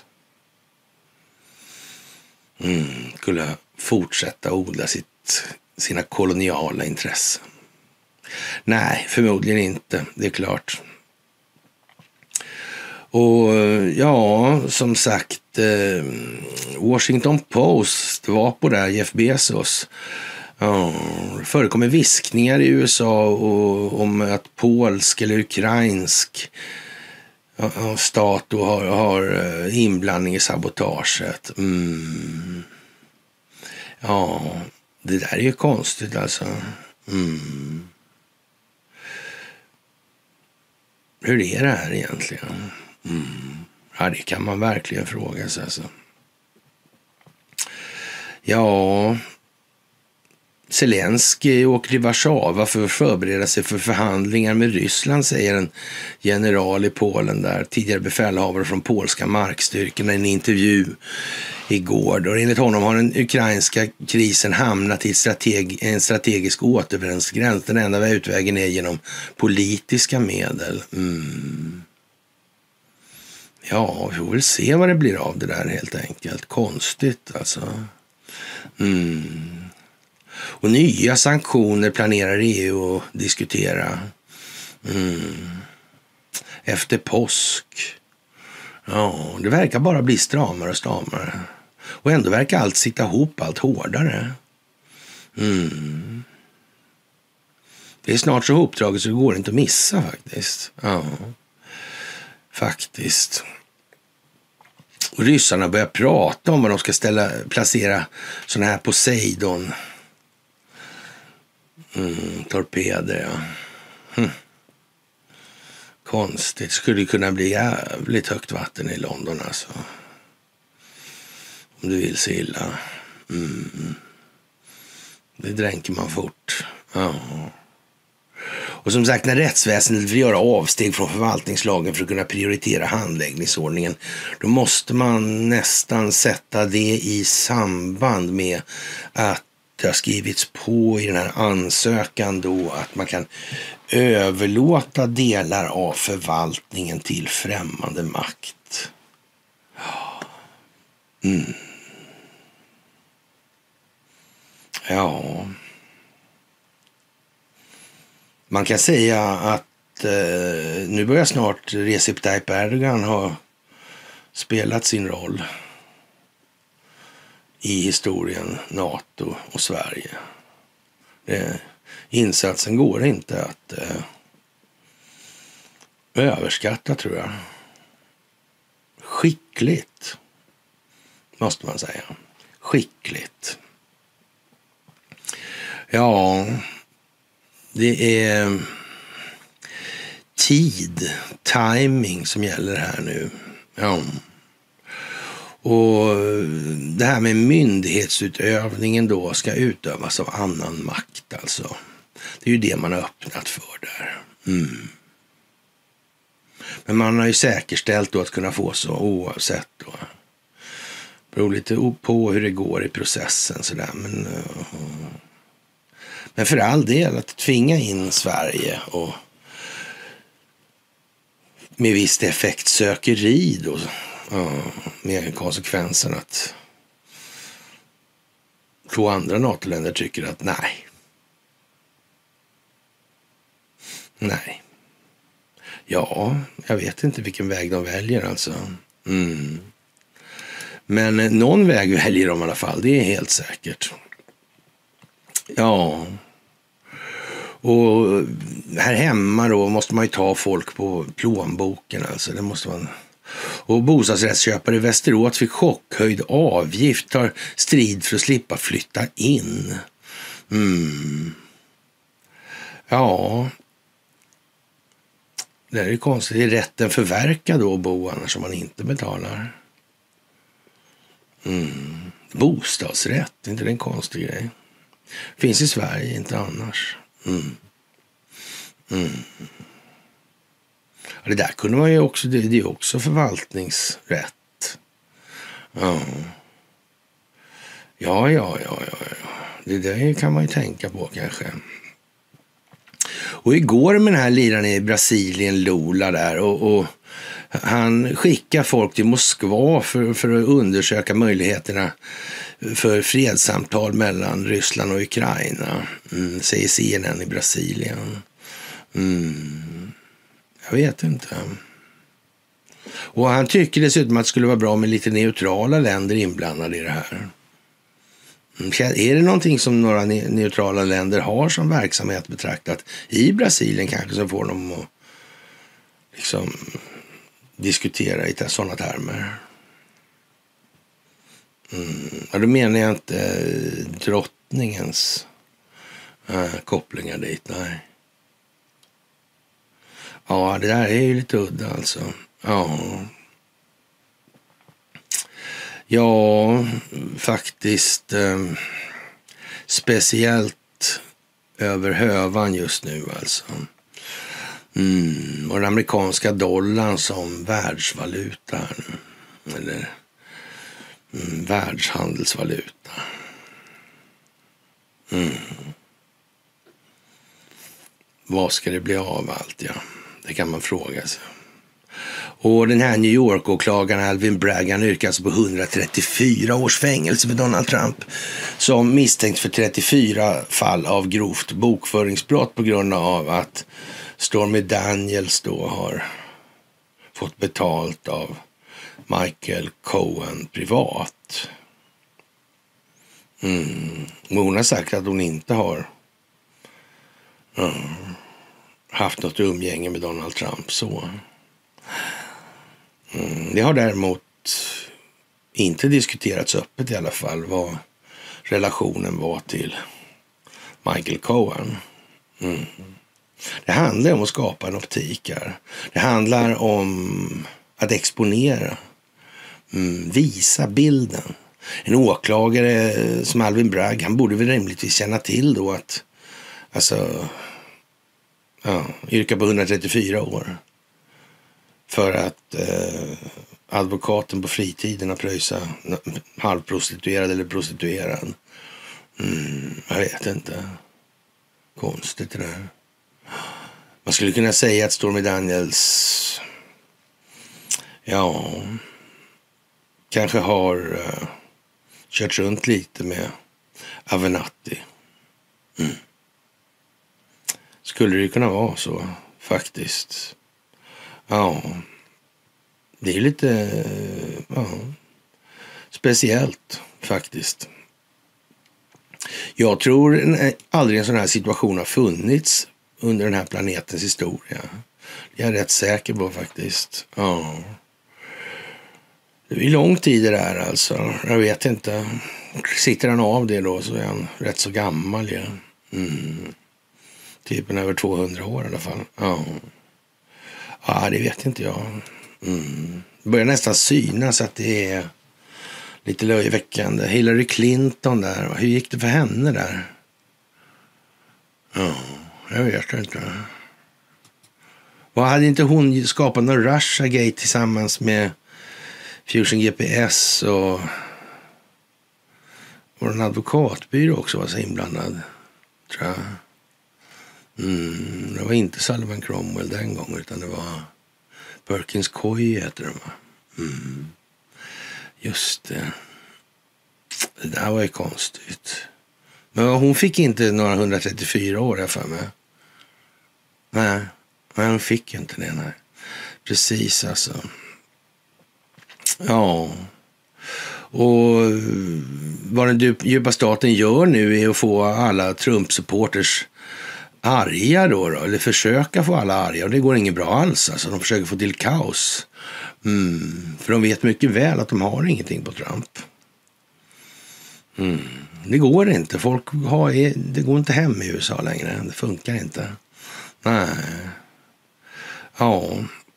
mm, skulle fortsätta odla sitt, sina koloniala intressen. Nej, förmodligen inte. Det är klart. Och ja, som sagt, eh, Washington Post var på där, Jeff Bezos. Ja, det förekommer viskningar i U S A och, om att polsk eller ukrainsk ja, stat då har, har inblandning i sabotaget. Mm. Ja, det där är ju konstigt alltså. Mm. Hur är det här egentligen? Mm. Ja, det kan man verkligen fråga sig alltså. Ja, Zelensky åker till Warszawa för att förbereda sig för förhandlingar med Ryssland, säger en general i Polen där, tidigare befälhavare från polska markstyrkorna i en intervju igår. Då. Enligt honom har den ukrainska krisen hamnat i strateg- en strategisk återvändsgräns. Den enda utvägen är genom politiska medel. Mm. Ja, vi får väl se vad det blir av det där helt enkelt. Konstigt alltså. Mm. Och nya sanktioner planerar E U att diskutera mm. efter påsk. Ja, det verkar bara bli stramare och stramare. Och ändå verkar allt sitta ihop allt hårdare. Mm. Det är snart så ihopdraget så det går inte att missa faktiskt. Ja, faktiskt. Och ryssarna börjar prata om vad de ska ställa, placera sådana här Poseidon. Mm, torpeder, ja. Hm. Konstigt. Skulle kunna bli jävligt högt vatten i London alltså. Om du vill se illa. Mm. Det dränker man fort. Ja. Och som sagt, när rättsväsendet vill göra avsteg från förvaltningslagen för att kunna prioritera handläggningsordningen, då måste man nästan sätta det i samband med att det har skrivits på i den här ansökan då att man kan överlåta delar av förvaltningen till främmande makt. Mm. Ja. Man kan säga att eh, nu börjar snart Recep Tayyip Erdogan ha spelat sin roll i historien NATO och Sverige. Det, insatsen går inte att eh, överskatta, tror jag. Skickligt, måste man säga. Skickligt. Ja, det är tid, timing som gäller här nu. Ja. Och det här med myndighetsutövningen då ska utövas av annan makt alltså. Det är ju det man har öppnat för där. Mm. Men man har ju säkerställt då att kunna få så oavsett då. Det beror lite på hur det går i processen sådär. Men, men för all del att tvinga in Sverige och med visst effektsökeri då. Ja, med konsekvensen att två andra NATO-länder tycker att nej. Nej. Ja, jag vet inte vilken väg de väljer alltså. Mm. Men någon väg väljer de i alla fall, det är helt säkert. Ja. Och här hemma då måste man ju ta folk på plånboken alltså. Det måste man. Och bostadsrättsköpare i Västerås fick chockhöjd avgift, tar strid för att slippa flytta in. Mm. Ja. Det är ju konstigt. Det är rätten förverkad då att bo annars om man inte betalar. Mm. Bostadsrätt, inte det en konstig grej? Finns i Sverige, inte annars. Mm. Mm. Ja, det där kunde man ju också, det, det är också förvaltningsrätt. Ja. Ja, ja, ja, ja, ja. Det där kan man ju tänka på kanske. Och igår med den här liraren i Brasilien, Lula där, och, och han skickar folk till Moskva för, för att undersöka möjligheterna för fredssamtal mellan Ryssland och Ukraina, mm, säger C N N i Brasilien. Mm. Jag vet inte. Och han tycker dessutom att det skulle vara bra med lite neutrala länder inblandade i det här. Är det någonting som några neutrala länder har som verksamhet betraktat i Brasilien kanske, som får dem att liksom diskutera i sådana termer? Mm. Ja, då menar jag inte eh, drottningens äh, kopplingar dit, nej. Ja, det där är ju lite udda alltså. Ja. Ja, faktiskt eh, speciellt över hövan just nu alltså. Mm. Och den amerikanska dollarn som världsvaluta här nu. Eller mm, världshandelsvaluta. Mm. Vad ska det bli av allt, ja? Det kan man fråga sig. Och den här New York-åklagaren Alvin Bragg, han yrkas på hundratrettiofyra års fängelse för Donald Trump som misstänkt för trettiofyra fall av grovt bokföringsbrott på grund av att Stormy Daniels då har fått betalt av Michael Cohen privat. Mm. Och hon har sagt att hon inte har mm, haft något umgänge med Donald Trump så. Mm, det har däremot inte diskuterats öppet i alla fall vad relationen var till Michael Cohen. Mm. Det handlar om att skapa en optik här. Det handlar om att exponera, mm, visa bilden. En åklagare som Alvin Bragg, han borde väl rimligtvis känna till då att alltså, ja, yrka på hundratrettiofyra år. För att eh, advokaten på fritiden har pröjsat halvprostituerad eller prostituerad. Mm, jag vet inte. Konstigt det där. Man skulle kunna säga att Stormy Daniels ja kanske har eh, kört runt lite med Avenatti. Mm. Skulle det kunna vara så faktiskt? Ja, det är lite ja, speciellt faktiskt. Jag tror aldrig en sån här situation har funnits under den här planetens historia. Jag är rätt säker på faktiskt. Ja. Det är lång tid det där alltså. Jag vet inte. Sitter han av det då så är han rätt så gammal. Ja. Mm. Typ en över tvåhundra år i alla fall. Ja. Ja, det vet inte jag. Mm. Det börjar nästan synas att det är lite löjeväckande. Hillary Clinton där. Hur gick det för henne där? Ja, jag vet inte. Vad hade inte hon skapat någon Russiagate tillsammans med Fusion G P S och, och en advokatbyrå också var så inblandad, tror jag. Mm, det var inte Sullivan Cromwell den gången utan det var Perkins Coie heter det, va? Mm. Just det. Det där var ju konstigt. Men hon fick inte några hundratrettiofyra år här för mig. Nej. Men han fick ju inte det, nej. Precis alltså. Ja. Och vad den djupa staten gör nu är att få alla Trump-supporters arga då, då. Eller försöka få alla arga. Och det går inget bra alls. Alltså. De försöker få till kaos. Mm. För de vet mycket väl att de har ingenting på Trump. Mm. Det går inte. Folk har, det går inte hem i U S A längre. Det funkar inte. Nej. Ja.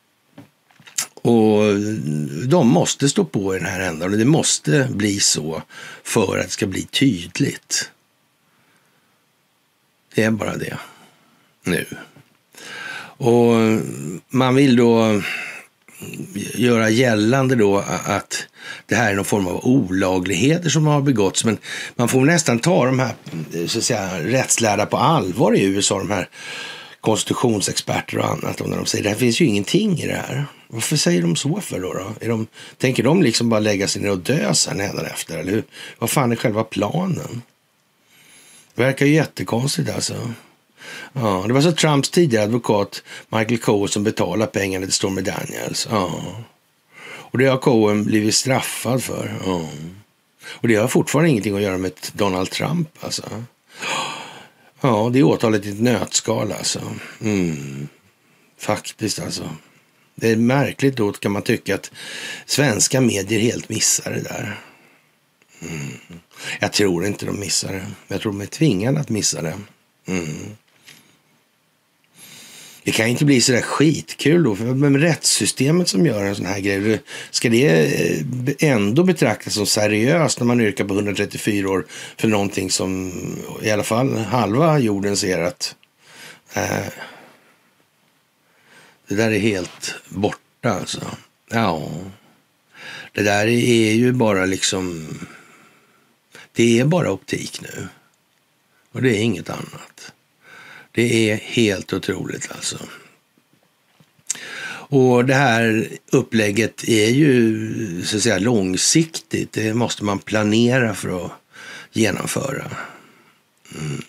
Och de måste stå på i den här ändan. Och det måste bli så för att det ska bli tydligt. Det är bara det. Nu. Och man vill då göra gällande då att det här är någon form av olagligheter som har begåtts. Men man får nästan ta de här så att säga, rättslärda på allvar i U S A. De här konstitutionsexperter och annat. Och när de säger det här finns ju ingenting i det här. Varför säger de så för då? då? Är de, tänker de liksom bara lägga sig ner och dö sen efter? Eller hur? Vad fan är själva planen? Det verkar ju jättekonstigt alltså. Ja, det var så Trumps tidigare advokat Michael Cohen som betalar pengarna till Stormy Daniels. Ja. Och det har Cohen blivit straffad för. Ja. Och det har fortfarande ingenting att göra med Donald Trump alltså. Ja, det är åtalet i ett nötskal alltså. Mm. Faktiskt alltså. Det är märkligt då kan man tycka att svenska medier helt missar det där. Mm. Jag tror inte de missar det. Jag tror de är tvingade att missa det. Mm. Det kan inte bli så där skitkul då. Men rättssystemet som gör en sån här grej. Ska det ändå betraktas som seriöst när man yrkar på hundratrettiofyra år för någonting som i alla fall halva jorden ser att äh, det där är helt borta alltså. Ja. Det där är ju bara liksom det är bara optik nu. Och det är inget annat. Det är helt otroligt alltså. Och det här upplägget är ju så att säga långsiktigt. Det måste man planera för att genomföra. Mm.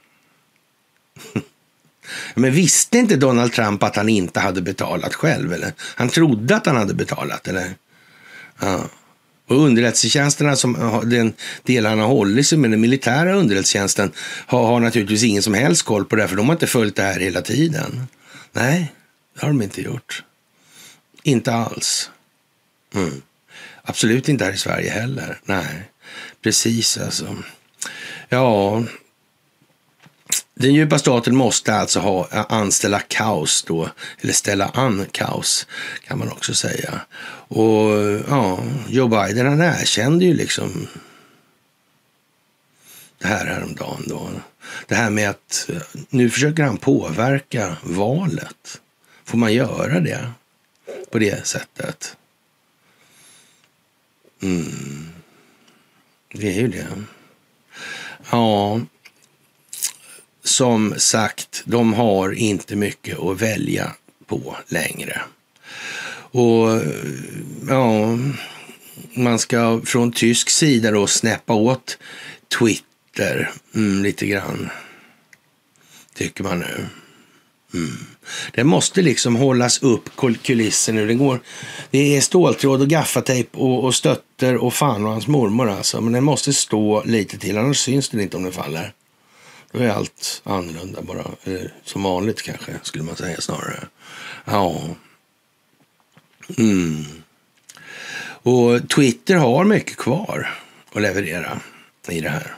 Men visste inte Donald Trump att han inte hade betalat själv? Eller? Han trodde att han hade betalat, eller? Ja. Och underrättelsetjänsterna, som den del han har hållit sig med, den militära underrättelsetjänsten, har, har naturligtvis ingen som helst koll på det, för de har inte följt det här hela tiden. Nej, det har de inte gjort. Inte alls. Mm. Absolut inte här i Sverige heller. Nej, precis alltså. Ja, den djupa staten måste alltså ha, anställa kaos då, eller ställa an kaos kan man också säga. Och ja, Joe Biden han erkände ju liksom det här häromdagen då. Det här med att nu försöker han påverka valet. Får man göra det på det sättet? Mm. Det är ju det. Ja, som sagt, de har inte mycket att välja på längre. Och ja, man ska från tysk sida då snäppa åt Twitter mm, lite grann, tycker man nu. Mm. Det måste liksom hållas upp kulissen nu. Det går, det är ståltråd och gaffatejp och, och stötter och fan och hans mormor alltså. Men den måste stå lite till, annars syns det inte om den faller. Då är allt annorlunda bara. Som vanligt kanske, skulle man säga snarare. Ja. Mm. Och Twitter har mycket kvar att leverera i det här.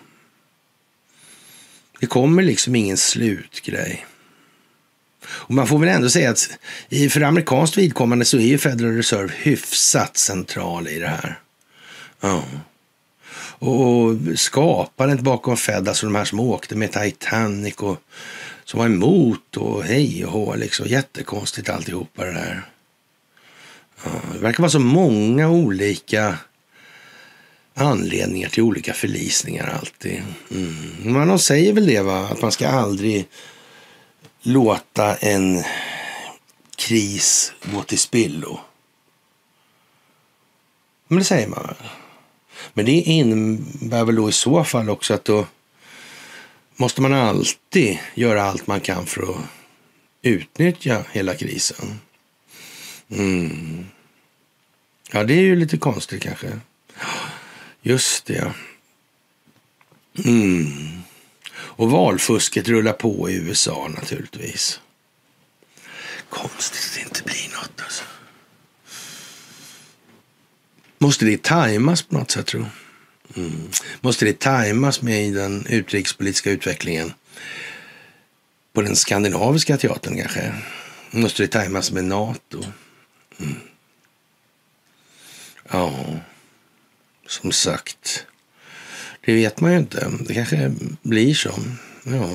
Det kommer liksom ingen slutgrej. Och man får väl ändå säga att för amerikanskt vidkommande så är ju Federal Reserve hyfsat central i det här. Ja. Och skapandet bakom Fed, alltså de här som åkte med Titanic och som var emot och hej och hå, liksom jättekonstigt alltihopa det där. Ja, det verkar vara så många olika anledningar till olika förlisningar alltid. Mm. Men de säger väl det, va? Att man ska aldrig låta en kris gå till spillo. Men det säger man väl. Men det innebär väl då i så fall också att då måste man alltid göra allt man kan för att utnyttja hela krisen. Mm. Ja, det är ju lite konstigt kanske. Just det. Mm. Och valfusket rullar på i U S A naturligtvis. Konstigt att det inte blir något alltså. Måste det tajmas på något sätt, tror jag. Mm. Måste det tajmas med den utrikespolitiska utvecklingen på den skandinaviska teatern kanske? Måste det tajmas med NATO? Mm. Ja, som sagt. Det vet man ju inte. Det kanske blir så. Ja.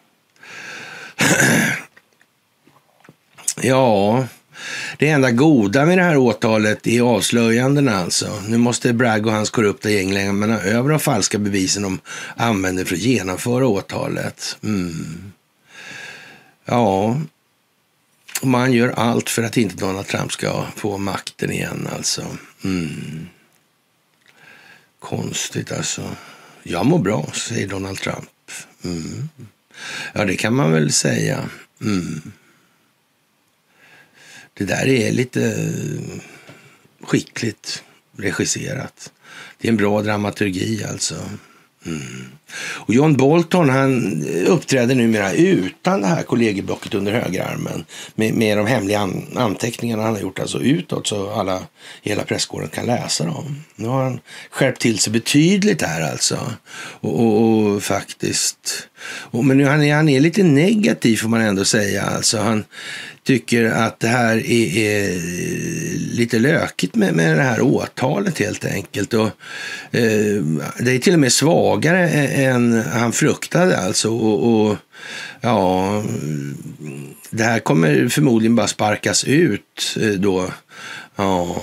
Ja, det enda goda med det här åtalet är avslöjandena alltså. Nu måste Bragg och hans korrupta gäng lämna över de falska bevisen de använder för att genomföra åtalet. Mm. Ja, man gör allt för att inte Donald Trump ska få makten igen alltså. Mm. Konstigt alltså. Jag mår bra, säger Donald Trump. Mm. Ja, det kan man väl säga. Mm. Det där är lite skickligt regisserat. Det är en bra dramaturgi alltså. Mm. Och John Bolton, han uppträder numera utan det här kollegieblocket under högerarmen med, med de hemliga an, anteckningarna han har gjort alltså utåt så alla hela presskåren kan läsa dem. Nu har han skärpt till sig betydligt här alltså. Och, och, och faktiskt. Och, men nu han är han är lite negativ får man ändå säga alltså. Han tycker att det här är, är lite lökigt med, med det här åtalet helt enkelt. Och, eh, det är till och med svagare än han fruktade alltså. Och, och ja, det här kommer förmodligen bara sparkas ut då. Ja.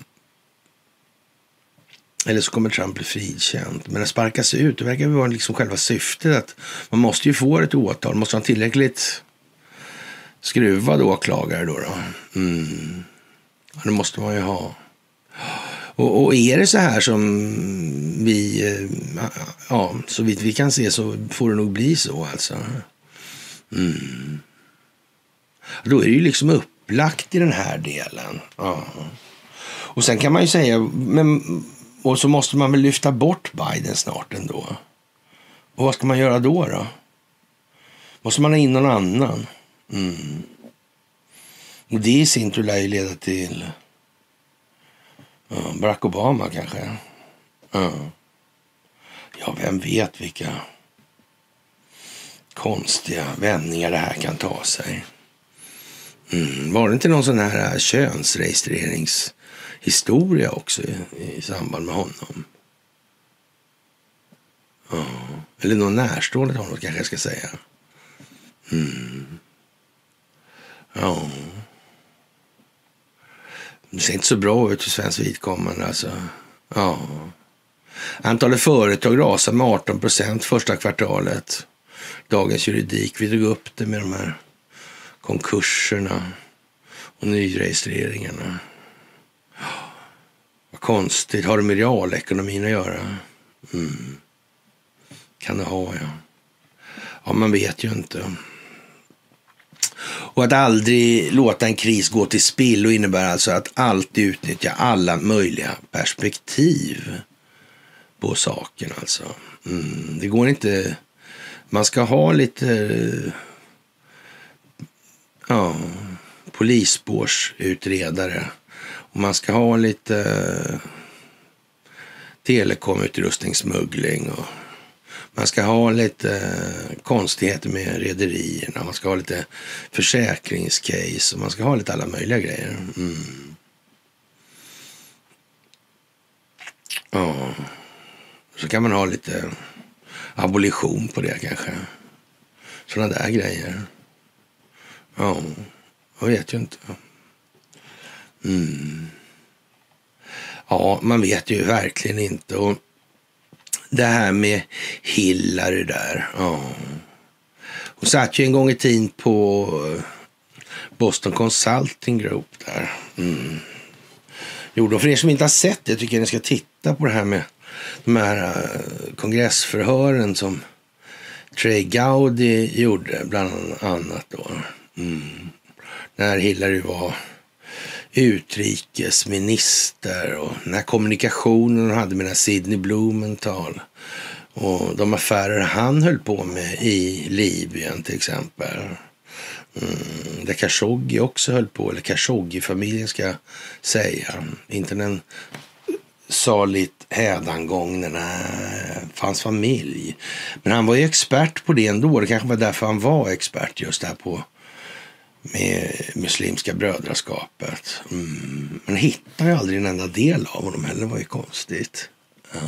Eller så kommer Trump bli frikänd. Men det sparkas ut, det verkar vara liksom själva syftet att man måste ju få ett åtal. Man måste ha tillräckligt skruvad åklagare då. då. Mm. Ja, det måste man ju ha. Och, och är det så här som vi, ja, så vitt vi kan se så får det nog bli så alltså. Mm. Då är det ju liksom upplagt i den här delen. Ja. Och sen kan man ju säga, men, och så måste man väl lyfta bort Biden snart ändå. Och vad ska man göra då då? Måste man ha in någon annan? Mm. Och det i sin tur lär ju leda till ja, Barack Obama kanske. Ja. ja, vem vet vilka konstiga vändningar det här kan ta sig. Mm. Var det inte någon sån här könsregistreringshistoria också i, i samband med honom? Ja. Eller någon närstående till honom kanske jag ska säga. Mm. Ja. Det ser inte så bra ut för svensk vidkommande alltså. Ja. Antalet företag rasar med arton procent första kvartalet. Dagens juridik, vi drog upp det med de här konkurserna och nyregistreringarna. Vad konstigt. Har det med realekonomin att göra? Mm. Kan det ha, ja. Ja, man vet ju inte. Och att aldrig låta en kris gå till spill och innebär alltså att alltid utnyttja alla möjliga perspektiv på saken alltså. Mm. Det går inte. Man ska ha lite ja, polisspårsutredare och man ska ha lite telekomutrustningssmuggling och man ska ha lite konstigheter med rederierna. Man ska ha lite försäkringscase och man ska ha lite alla möjliga grejer. Mm. Ja. Så kan man ha lite abolition på det kanske. Sådana där grejer. Ja, jag vet ju inte. Mm. Ja, man vet ju verkligen inte. Och det här med Hillary där. Ja. Hon satt ju en gång i tiden på Boston Consulting Group där. Mm. Jo, för er som inte har sett det tycker jag ni ska titta på det här med de här kongressförhören som Trey Gowdy gjorde bland annat då. Mm. När Hillary var utrikesminister och den här kommunikationen hon hade med Sidney Blumenthal och de affärer han höll på med i Libyen till exempel. Mm, där Khashoggi också höll på, eller Khashoggi-familjen ska jag säga. Inte den saligt hädangångna hans familj. Men han var ju expert på det ändå. Det kanske var därför han var expert just där på med muslimska brödraskapet. Mm. Man hittar ju aldrig en enda del av honom heller, det var ju konstigt. Ja.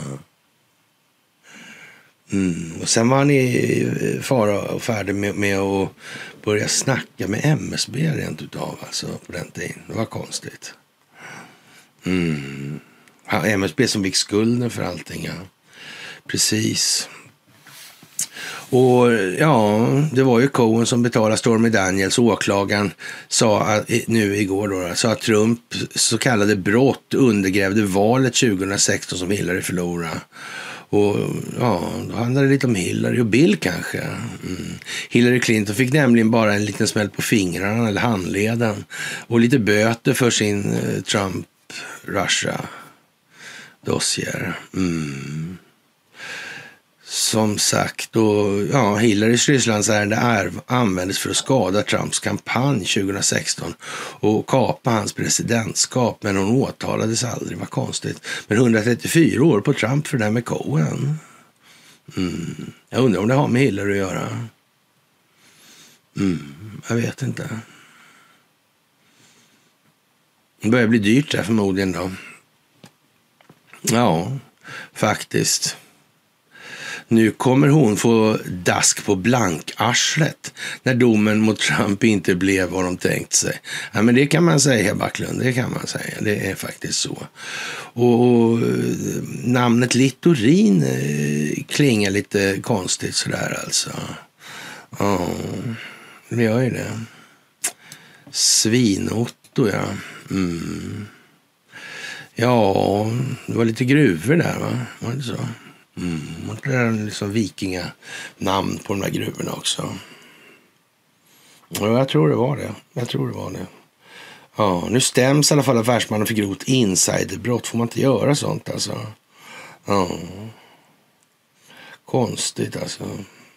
Mm. Och sen var han i fara och färdig med, med att börja snacka med M S B rent utav alltså på den tiden. Det var konstigt. Mm. M S B som fick skulden för allting, ja. Precis. Och ja, det var ju Cohen som betalade Stormy Daniels. Åklagaren sa att, nu igår då, sa att Trump så kallade brott undergrävde valet tjugohundrasexton som Hillary förlorade. Och ja, då handlade det lite om Hillary och Bill kanske. Mm. Hillary Clinton fick nämligen bara en liten smäll på fingrarna eller handleden och lite böter för sin eh, Trump-Russia-dossier. Mm. Som sagt, och, ja, Hillarys Rysslandsärende användes för att skada Trumps kampanj tjugohundrasexton och kapa hans presidentskap, men hon åtalades aldrig, vad konstigt. Men hundratrettiofyra år på Trump för det här med Cohen. Mm. Jag undrar om det har med Hillary att göra. Mm. Jag vet inte. Det börjar bli dyrt där förmodligen då. Ja, faktiskt. Nu kommer hon få dask på blankarslet när domen mot Trump inte blev vad de tänkt sig. Ja, men det kan man säga, Backlund, det kan man säga. Det är faktiskt så. Och, och namnet Littorin klingar lite konstigt sådär alltså. Ja, det gör ju det. Svinotto, ja. Mm. Ja, det var lite gruvor där, va? Var det så? Mm, det är liksom vikinganamn på de där gruvorna också. Ja, jag tror det var det. Jag tror det var det. Ja, nu stäms i alla fall affärsmannen för grovt insiderbrott. Får man inte göra sånt alltså? Ja. Konstigt alltså.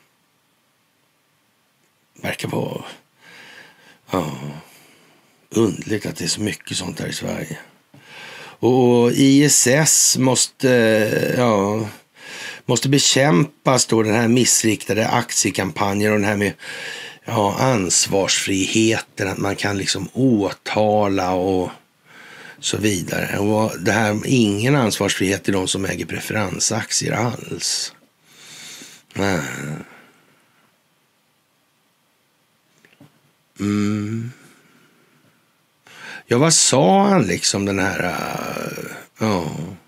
Verkar vara ja, underligt att det är så mycket sånt här i Sverige. Och I S S måste ja måste bekämpas då den här missriktade aktiekampanjen och den här med ja, ansvarsfriheten, att man kan liksom åtala och så vidare. Och det här, ingen ansvarsfrihet till de som äger preferensaktier alls. Nej. Mm. Ja, vad sa han liksom den här uh, ja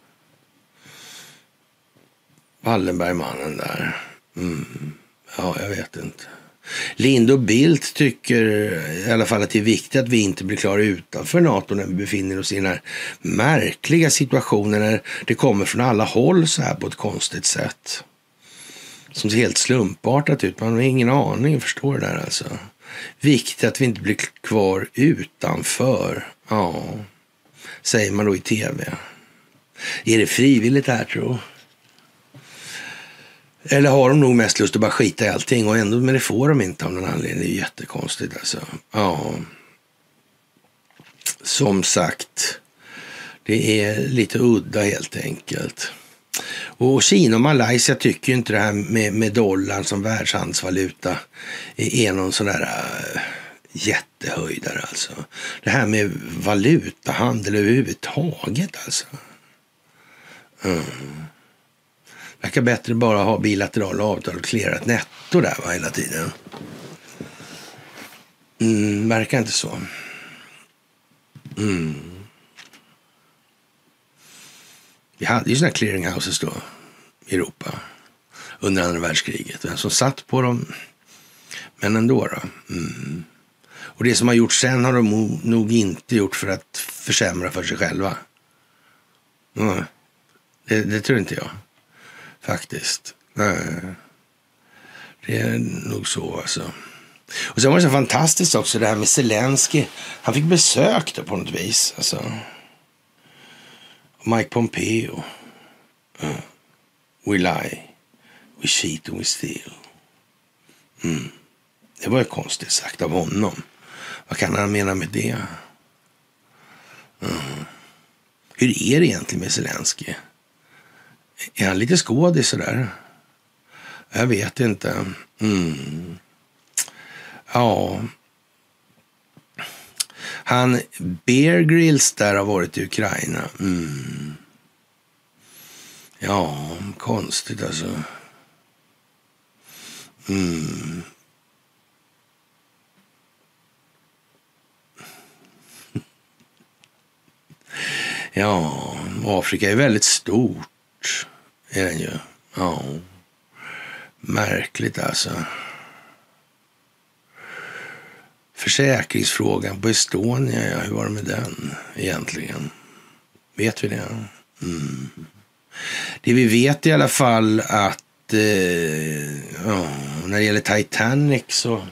Wallenbergmannen där. Mm. Ja, jag vet inte. Lind och Bildt tycker i alla fall att det är viktigt att vi inte blir klara utanför NATO när vi befinner oss i den här märkliga situationen när det kommer från alla håll så här på ett konstigt sätt. Som ser helt slumpartat ut. Man har ingen aning, förstår det där alltså. Viktigt att vi inte blir kvar utanför. Ja, säger man då i tv. Är det frivilligt här, tror jag? Eller har de nog mest lust att bara skita i allting och ändå, men det får de inte av någon anledning. Det är jättekonstigt alltså. Ja. Som sagt, det är lite udda helt enkelt. Och Kina och Malaysia tycker ju inte det här med, med dollarn som världshandelsvaluta är någon sån där uh, jättehöjdare alltså. Det här med valutahandel överhuvudtaget alltså. Mm. Verkar bättre bara ha bilaterala avtal och klära ett netto där va, hela tiden. Mm, verkar inte så. Mm. Vi hade ju såna här clearinghouses då i Europa under andra världskriget. Vem som satt på dem, men ändå då. Mm. Och det som har gjort sen har de nog inte gjort för att försämra för sig själva. Mm. Det, det tror inte jag. Faktiskt. Nej. Det är nog så alltså. Och sen var det så fantastiskt också det här med Zelensky. Han fick besök då på något vis. Alltså. Mike Pompeo. Uh. We lie. We cheat and we steal. Mm. Det var ju konstigt sagt av honom. Vad kan han mena med det? Mm. Hur är det egentligen med Zelensky? Är han lite skådig sådär? Jag vet inte. Mm. Ja. Han, Bear Grylls där har varit i Ukraina. Mm. Ja, konstigt alltså. Mm. Ja, Afrika är väldigt stort. Är den ju. Ja. Märkligt alltså. Försäkringsfrågan på Estonia, ja, hur var det med den egentligen? Vet vi det? Mm. Det vi vet i alla fall att eh, ja, när det gäller Titanic så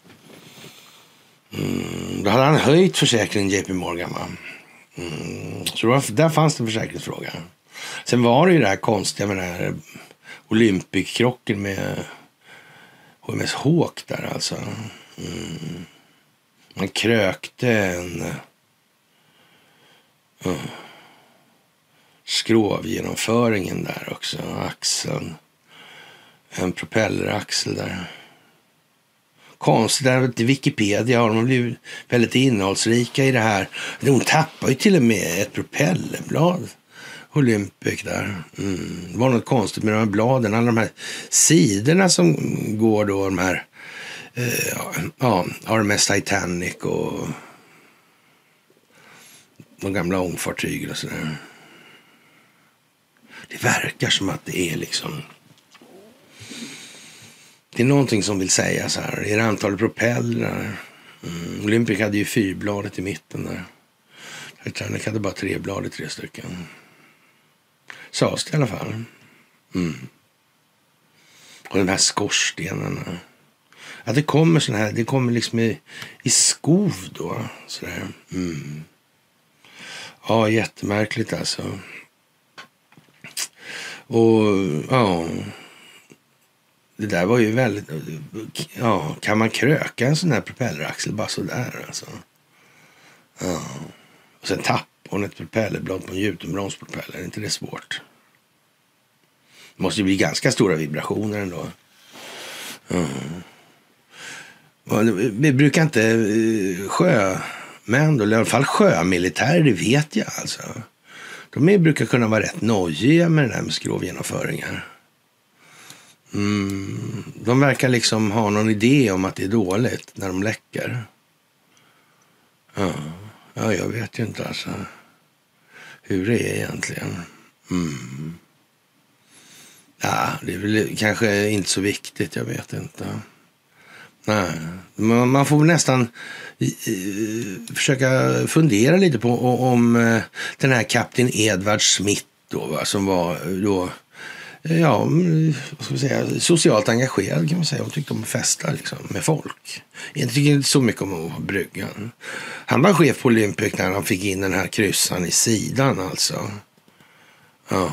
mm, då hade han höjt försäkringen J P Morgan, va? Mm. Så då, där fanns det en försäkringsfråga. Sen var det ju det här konstiga med den här Olympic-krocken med H M S Hawk där alltså. Mm. Man krökte en uh, skrovgenomföringen där också. Axeln. En propelleraxel där. Konstigt där i Wikipedia har de blivit väldigt innehållsrika i det här. De tappar ju till och med ett propellerblad. Olympic där. Mm. Det var något konstigt med de här bladen. Alla de här sidorna som går då. De här eh, ja, R M S Titanic och de gamla ångfartygen och sådär. Det verkar som att det är liksom det är någonting som vill säga så här. Är det antalet propellrar? Mm. Olympic hade ju fyrbladet i mitten där. Titanic hade bara tre blad, tre stycken. Sades det i alla fall. Mm. Och de här skorstenarna. Att det kommer sån här, det kommer liksom i, i skov då. Sådär. Mm. Ja, jättemärkligt alltså. Och ja, det där var ju väldigt, ja, kan man kröka en sån här propelleraxel bara sådär alltså. Ja. Och sen tappar hon ett propellerblad på en gjuten-bromspropeller, är inte det svårt? Det måste ju bli ganska stora vibrationer ändå. Ja. Vi brukar inte sjömän, eller i alla fall sjömilitärer, det vet jag alltså. De är, brukar kunna vara rätt nojiga med det där med skrovgenomföringar. Mm, de verkar liksom ha någon idé om att det är dåligt när de läcker. Ja, ja jag vet ju inte alltså hur det är egentligen. Mm. Ja, det är väl kanske inte så viktigt, jag vet inte. Nej, man, man får nästan uh, försöka fundera lite på om uh, den här kapten Edward Smith då, va, som var då, ja, vad ska vi säga, socialt engagerad kan man säga. Hon tyckte om att festa liksom, med folk. Jag tycker inte så mycket om att bryggan. Han var chef på Olympic när han fick in den här kryssan i sidan alltså. Ja.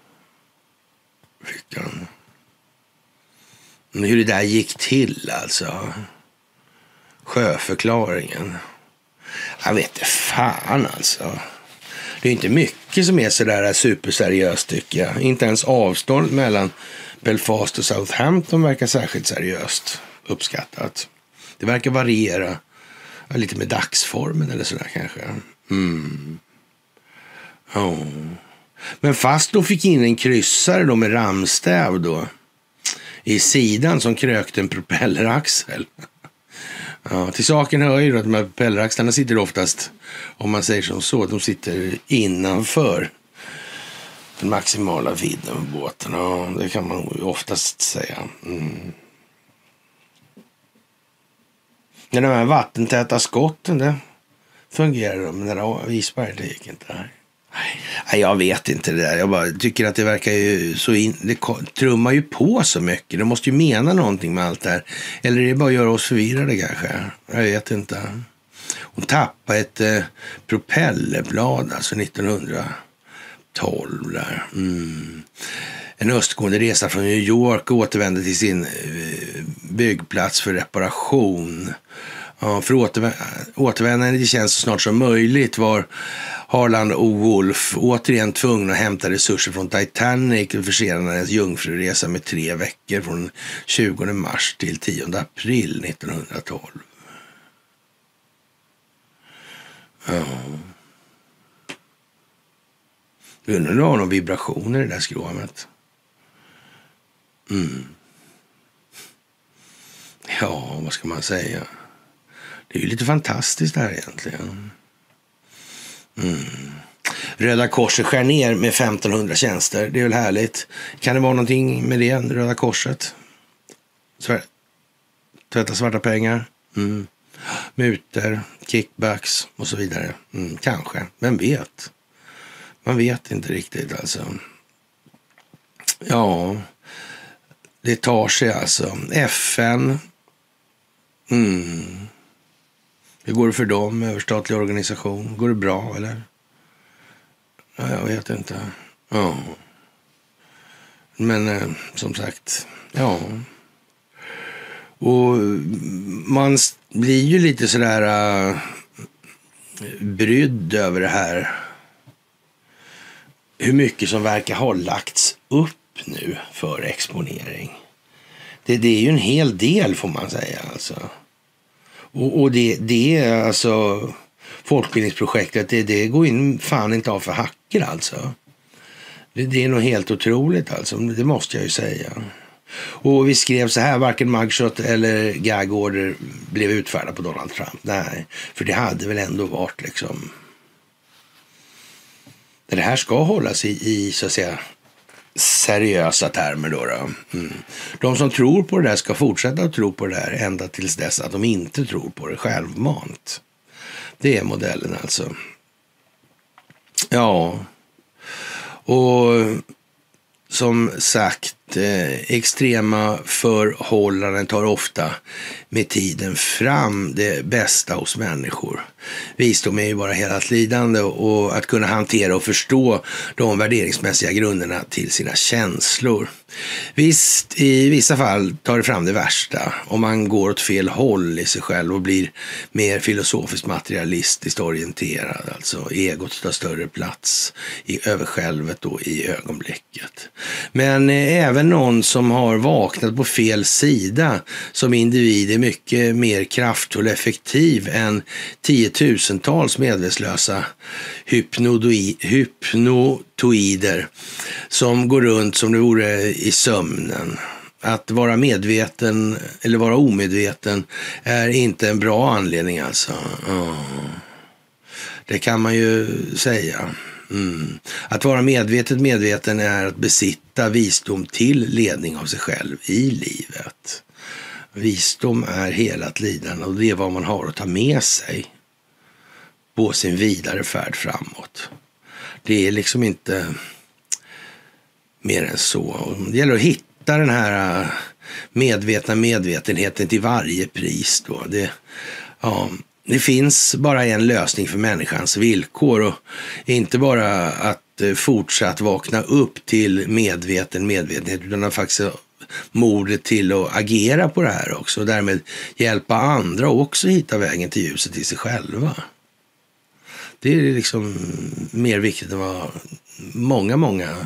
Fick han. Men hur det där gick till alltså. Sjöförklaringen. Jag vet inte fan alltså. Det är inte mycket som är sådär superseriöst tycker jag. Inte ens avstånd mellan Belfast och Southampton verkar särskilt seriöst uppskattat. Det verkar variera lite med dagsformen eller sådär kanske. Mm. Oh. Men fast då fick in en kryssare då med ramstäv då i sidan som krökte en propelleraxel. Ja, till saken hör ju att de här propelleraxlarna sitter oftast, om man säger som så, de sitter innanför den maximala vidden på båten. Ja, det kan man ju oftast säga. Mm. Ja, de här vattentäta skotten, det fungerar, men det där isberget, det gick inte här. Nej, jag vet inte det där. Jag bara tycker att det verkar ju så in, det trummar ju på så mycket. Det måste ju mena någonting med allt det här. Eller är det bara att göra oss förvirrade kanske? Jag vet inte. Hon tappade ett eh, propellerblad alltså nittonhundratolv där. Mm. En östgående resa från New York och återvände till sin eh, byggplats för reparation. Ja, för återvä- återvändande till tjänst så snart som möjligt var Harland och Wolff återigen tvungna att hämta resurser från Titanic och försenade hennes jungfruresa med tre veckor från tjugonde mars till tionde april nittonhundratolv. Ja. Du undrar om det har någon vibrationer i det där skråmet. Mm. Ja, vad ska man säga? Det är ju lite fantastiskt det här egentligen. Mm. Röda Korset skär ner med femtonhundra tjänster. Det är väl härligt. Kan det vara någonting med det, Röda Korset? Svär... Tvätta svarta pengar. Mm. Muter, kickbacks och så vidare. Mm, kanske. Vem vet? Man vet inte riktigt alltså. Ja, det tar sig alltså. F N. Mm. Hur går det för dem? Överstatlig organisation. Går det bra eller? Ja, jag vet inte. Ja. Men eh, som sagt, ja. Och man blir ju lite sådär uh, brydd över det här. Hur mycket som verkar ha lagts upp nu för exponering. Det, det är ju en hel del får man säga alltså. Och, och det, det är alltså folkbildningsprojektet, det, det går in fan inte av för hacker alltså. Det, det är nog helt otroligt alltså, det måste jag ju säga. Och vi skrev så här, varken mugshot eller gagorder blev utfärdade på Donald Trump. Nej, för det hade väl ändå varit liksom... Det här ska hållas i, i så att säga seriösa termer då. då. Mm. De som tror på det där ska fortsätta att tro på det där ända tills dess att de inte tror på det självmant. Det är modellen alltså. Ja. Och som sagt, eh, extrema förhållanden tar ofta med tiden fram det bästa hos människor. Visdom är ju bara hela lidande och att kunna hantera och förstå de värderingsmässiga grunderna till sina känslor. Visst, i vissa fall tar det fram det värsta om man går åt fel håll i sig själv och blir mer filosofiskt materialistiskt orienterad. Alltså egot tar större plats i översjälvet och i ögonblicket. Men eh, även någon som har vaknat på fel sida som individ är mycket mer kraftfull och effektiv än tiotusentals medvetslösa hypnotoider som går runt som det vore i sömnen. Att vara medveten eller vara omedveten är inte en bra anledning alltså. Oh. Det kan man ju säga. Mm. Att vara medvetet medveten är att besitta visdom till ledning av sig själv i livet. Visdom är hela lidande och det är vad man har att ta med sig på sin vidare färd framåt. Det är liksom inte mer än så. Det gäller att hitta den här medvetna medvetenheten till varje pris då. Det, ja, det finns bara en lösning för människans villkor och inte bara att fortsatt vakna upp till medveten medvetenhet utan att faktiskt modet till att agera på det här också och därmed hjälpa andra och också hitta vägen till ljuset i sig själva. Det är liksom mer viktigt än vad många, många...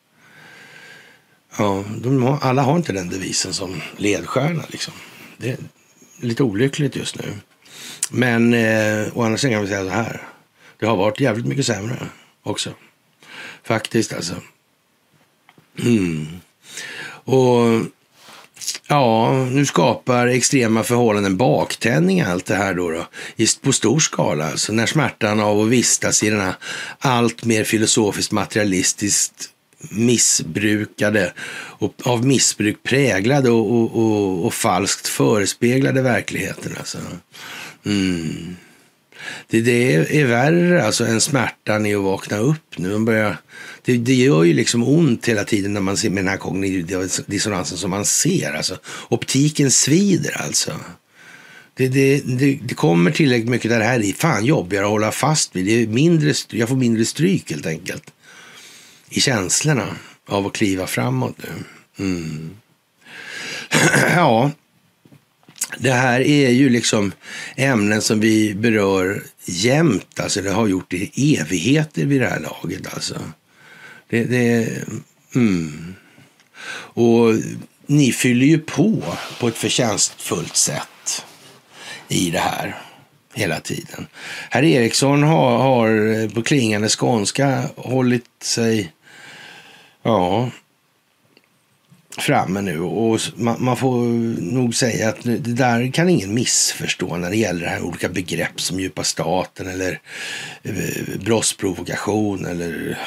Ja, de, alla har inte den devisen som ledstjärna liksom. Det är lite olyckligt just nu. Men eh, å andra sidan kan vi säga så här. Det har varit jävligt mycket sämre också. Faktiskt alltså. Mm. Och ja, nu skapar extrema förhållanden baktändning allt det här då, då på stor skala. Alltså när smärtan av att vistas i den här allt mer filosofiskt materialistiskt missbrukade och av missbruk präglade och, och, och, och falskt förespeglade verkligheten alltså. Mm. Det, det är, är värre alltså än smärtan i att vakna upp nu. Man börjar, det, det gör ju liksom ont hela tiden när man ser med den här kognitiva dissonansen som man ser. Alltså. Optiken svider alltså. Det, det, det, det kommer tillräckligt mycket där det här är fan jobbigare att hålla fast vid. Det är mindre, jag får mindre stryk helt enkelt i känslorna av att kliva framåt nu. Mm. Ja, det här är ju liksom ämnen som vi berör jämt. Alltså det har gjort i evigheter vid det här laget. Alltså. Det, det, mm. Och ni fyller ju på på ett förtjänstfullt sätt i det här hela tiden. Herr Eriksson har, har på klingande skånska hållit sig ja, framme nu och man, man får nog säga att det där kan ingen missförstå när det gäller det här olika begrepp som djupa staten eller eh, brottsprovokation eller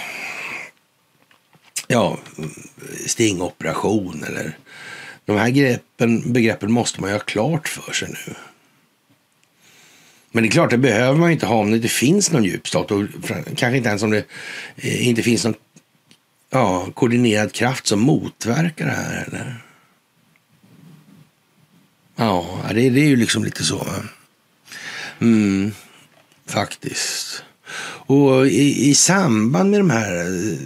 ja, stingoperation eller de här begreppen, begreppen måste man ju ha klart för sig nu. Men det är klart, det behöver man inte ha om det inte finns någon djupstat och kanske inte ens om det eh, inte finns någon ja, koordinerad kraft som motverkar det här. Eller? Ja, det, det är ju liksom lite så. Mm, faktiskt. Och i, i samband med de här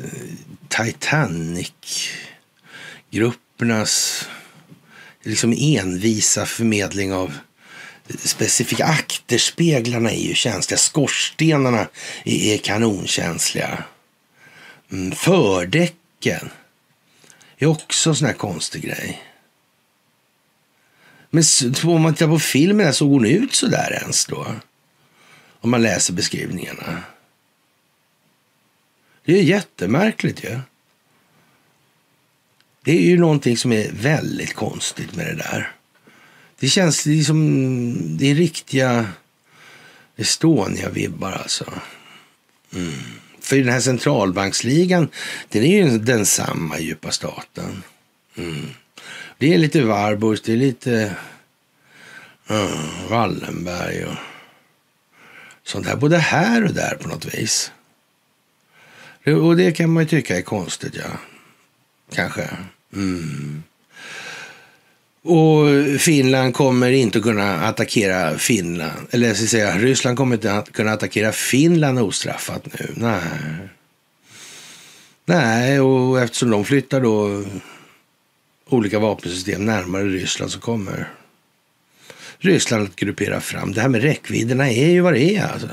Titanic-gruppernas liksom envisa förmedling av specifika akterspeglarna är ju känsliga. Skorstenarna är kanonkänsliga. Mm, fördäcken är också en sån här konstig grej. Men om man tittar på filmen så går den ut så där ens då. Om man läser beskrivningarna. Det är jättemärkligt ju. Ja. Det är ju någonting som är väldigt konstigt med det där. Det känns liksom, det är riktiga Estonia-vibbar alltså. Mm. För den här centralbanksligan, den är ju densamma i djupa staten. Mm. Det är lite Warburg, det är lite uh, Wallenberg och sånt här. Både här och där på något vis. Och det kan man ju tycka är konstigt, ja. Kanske. Mm. Och Finland kommer inte att kunna attackera Finland. Eller jag ska säga, Ryssland kommer inte att kunna attackera Finland ostraffat nu. Nej. Nej, och eftersom de flyttar då olika vapensystem närmare Ryssland så kommer Ryssland att gruppera fram. Det här med räckvidderna är ju vad det är alltså.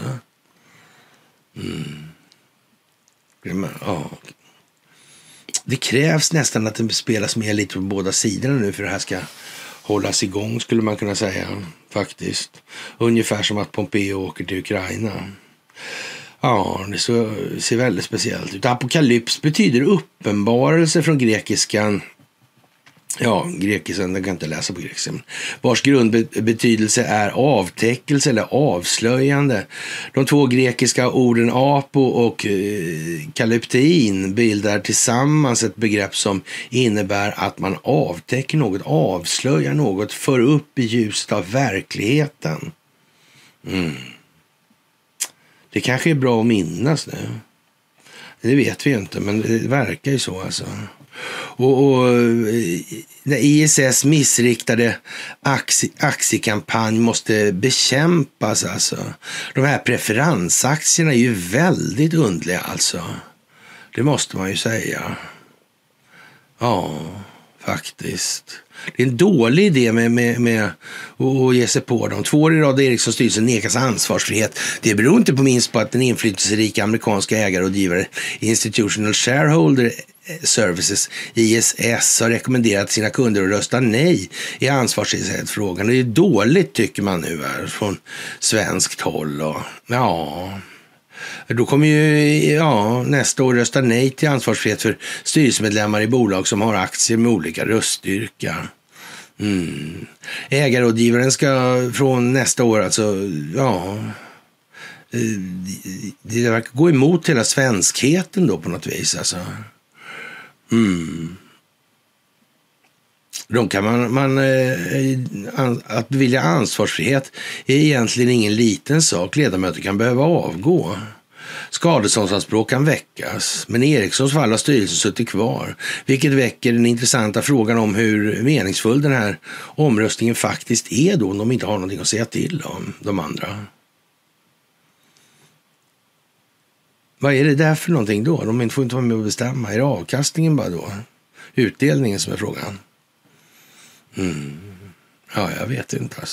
Mm. Ja. Det krävs nästan att det spelas med lite på båda sidorna nu för det här ska hållas igång skulle man kunna säga faktiskt. Ungefär som att Pompeo åker till Ukraina. Ja, det så, ser väldigt speciellt ut. Apokalyps betyder uppenbarelse från grekiskan. Ja, grekiskan, jag kan inte läsa på grekiskan. Vars grundbetydelse är avtäckelse eller avslöjande. De två grekiska orden apo och eh, kalyptein bildar tillsammans ett begrepp som innebär att man avtäcker något, avslöjar något, för upp i ljuset av verkligheten. Mm. Det kanske är bra att minnas nu. Det vet vi ju inte, men det verkar ju så alltså. Och, och när I S S missriktade aktie, aktiekampanj måste bekämpas alltså. De här preferensaktierna är ju väldigt underliga alltså. Det måste man ju säga. Ja, faktiskt. Det är en dålig idé med, med, med att ge sig på dem. Två år i rad Ericssons styrelsen nekas ansvarsfrihet. Det beror inte på minst på att den inflytelserika amerikanska ägarrådgivare Institutional Shareholder Services, I S S, har rekommenderat sina kunder att rösta nej i ansvarsfrihetsfrågan. Det är dåligt tycker man nu här från svenskt håll. Och, ja... Då kommer ju ja, nästa år rösta nej till ansvarsfrihet för styrelsemedlemmar i bolag som har aktier med olika röststyrka. Mm. Ägarrådgivaren ska från nästa år alltså, ja, det verkar gå emot hela svenskheten då på något vis alltså. Mm. De kan man, man, att bevilja ansvarsfrihet är egentligen ingen liten sak. Ledamöter kan behöva avgå. Skadeståndsanspråk kan väckas, men i Ericssons fall har styrelsen suttit kvar, vilket väcker den intressanta frågan om hur meningsfull den här omröstningen faktiskt är då, om de inte har någonting att säga till om, de andra. Vad är det där för någonting då? De får inte vara med och bestämma. Är det avkastningen bara då? Utdelningen som är frågan. Mm. Ja, jag vet inte alltså.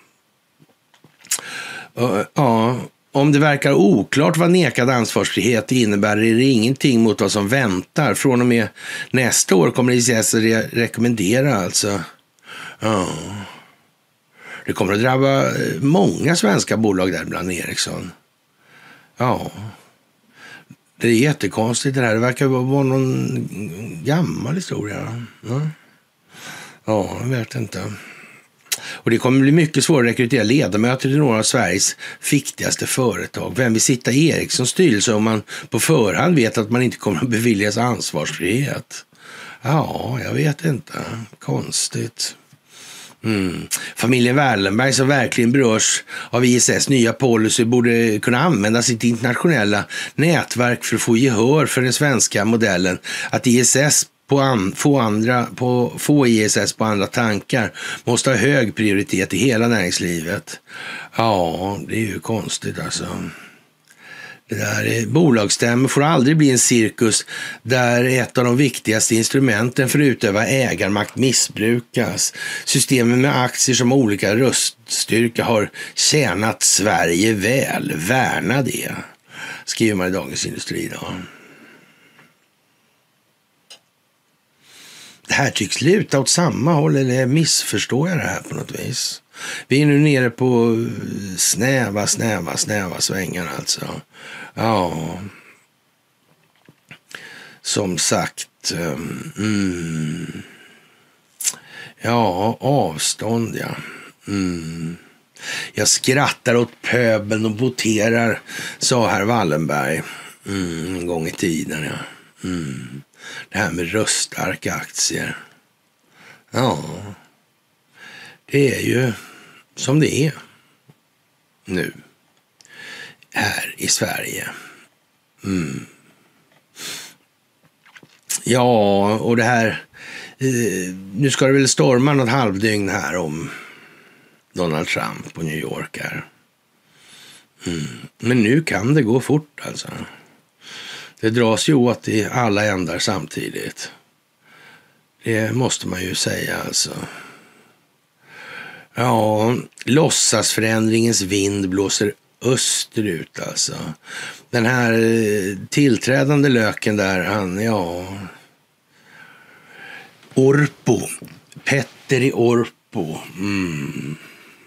Uh, ja, om det verkar oklart vad nekad ansvarsfrihet innebär är det ingenting mot vad som väntar. Från och med nästa år kommer I C S att re- rekommendera alltså. Ja. Det kommer att drabba många svenska bolag där bland Ericsson. Ja. Det är jättekonstigt det här. Det verkar vara någon gammal historia. Ja, ja jag vet inte. Och det kommer bli mycket svårt att rekrytera ledamöter till några av Sveriges viktigaste företag. Vem vill sitta i Ericssons styrelse om man på förhand vet att man inte kommer att beviljas ansvarsfrihet? Ja, jag vet inte. Konstigt. Mm. Familjen Wallenberg som verkligen berörs av I S S nya policy borde kunna använda sitt internationella nätverk för att få gehör för den svenska modellen att I S S på an, få, andra, på, få I S S på andra tankar måste ha hög prioritet i hela näringslivet. Ja, det är ju konstigt alltså. Det där är, bolagsstämmor får aldrig bli en cirkus där ett av de viktigaste instrumenten för att utöva ägarmakt missbrukas. Systemen med aktier som olika röststyrka har tjänat Sverige väl. Värna det, skriver man i Dagens Industri då. Det här tycks luta åt samma håll, eller missförstår jag det här på något vis? Vi är nu nere på snäva, snäva, snäva svängar alltså. Ja, som sagt, mm. ja, avstånd, ja. Mm. Jag skrattar åt pöbeln och voterar, sa herr Wallenberg mm, en gång i tiden, ja. Mm. Det här med röststarka aktier. Ja, det är ju som det är nu här i Sverige. Mm. Ja, och det här eh, nu ska det väl storma något halvdygn här om Donald Trump på New York här. Mm. Men nu kan det gå fort alltså. Det dras ju åt i alla ändar samtidigt. Det måste man ju säga alltså. Ja, låtsasförändringens vind blåser österut alltså. Den här tillträdande löken där, han, ja... Orpo. Petteri Orpo. Mm.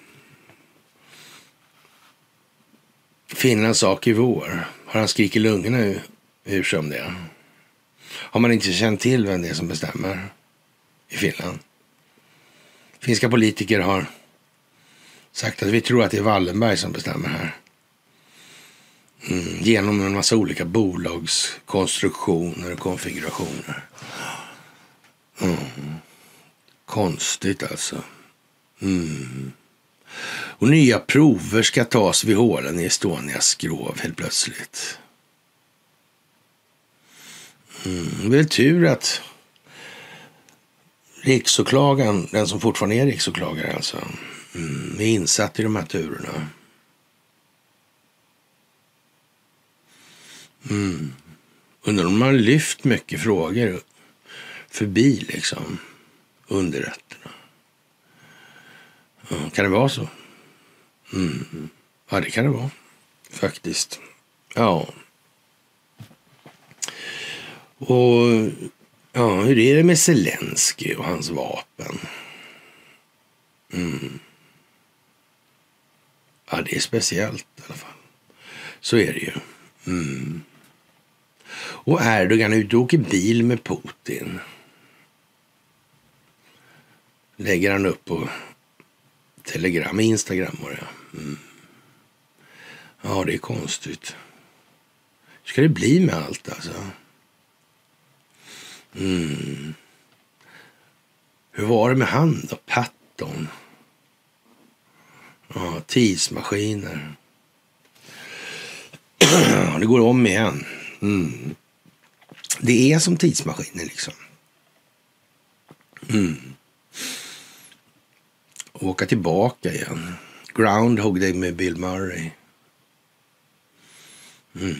Finlands sak i vår. Har han skrikit lungorna ur, ur som det? Har man inte känt till vem det är som bestämmer i Finland? Finska politiker har sagt att vi tror att det är Wallenberg som bestämmer här. Mm, genom en massa olika bolagskonstruktioner och konfigurationer. Mm. Konstigt alltså. Mm. Och nya prover ska tas vid hålen i Estonias skrov helt plötsligt. Mm. Det är tur att riksåklagaren, den som fortfarande är riksåklagare alltså, mm, är insatt i de här turerna. Mm. Undrar om man har lyft mycket frågor förbi liksom underrätterna. Ja, kan det vara så? Mm. Ja, det kan det vara faktiskt. Ja. Och ja, hur är det med Zelensky och hans vapen? Mm. Ja, det är speciellt i alla fall. Så är det ju. Mm. Och Erdogan ute och åker bil med Putin. Lägger han upp på Telegram, Instagram och det. Mm. Ja, det är konstigt. Hur ska det bli med allt alltså? Mm. Hur var det med han då? Patton. Ja, tidsmaskiner. Det går om igen. Mm. Det är som tidsmaskiner liksom. Mm. Åka tillbaka igen. Groundhog Day med Bill Murray. Mm.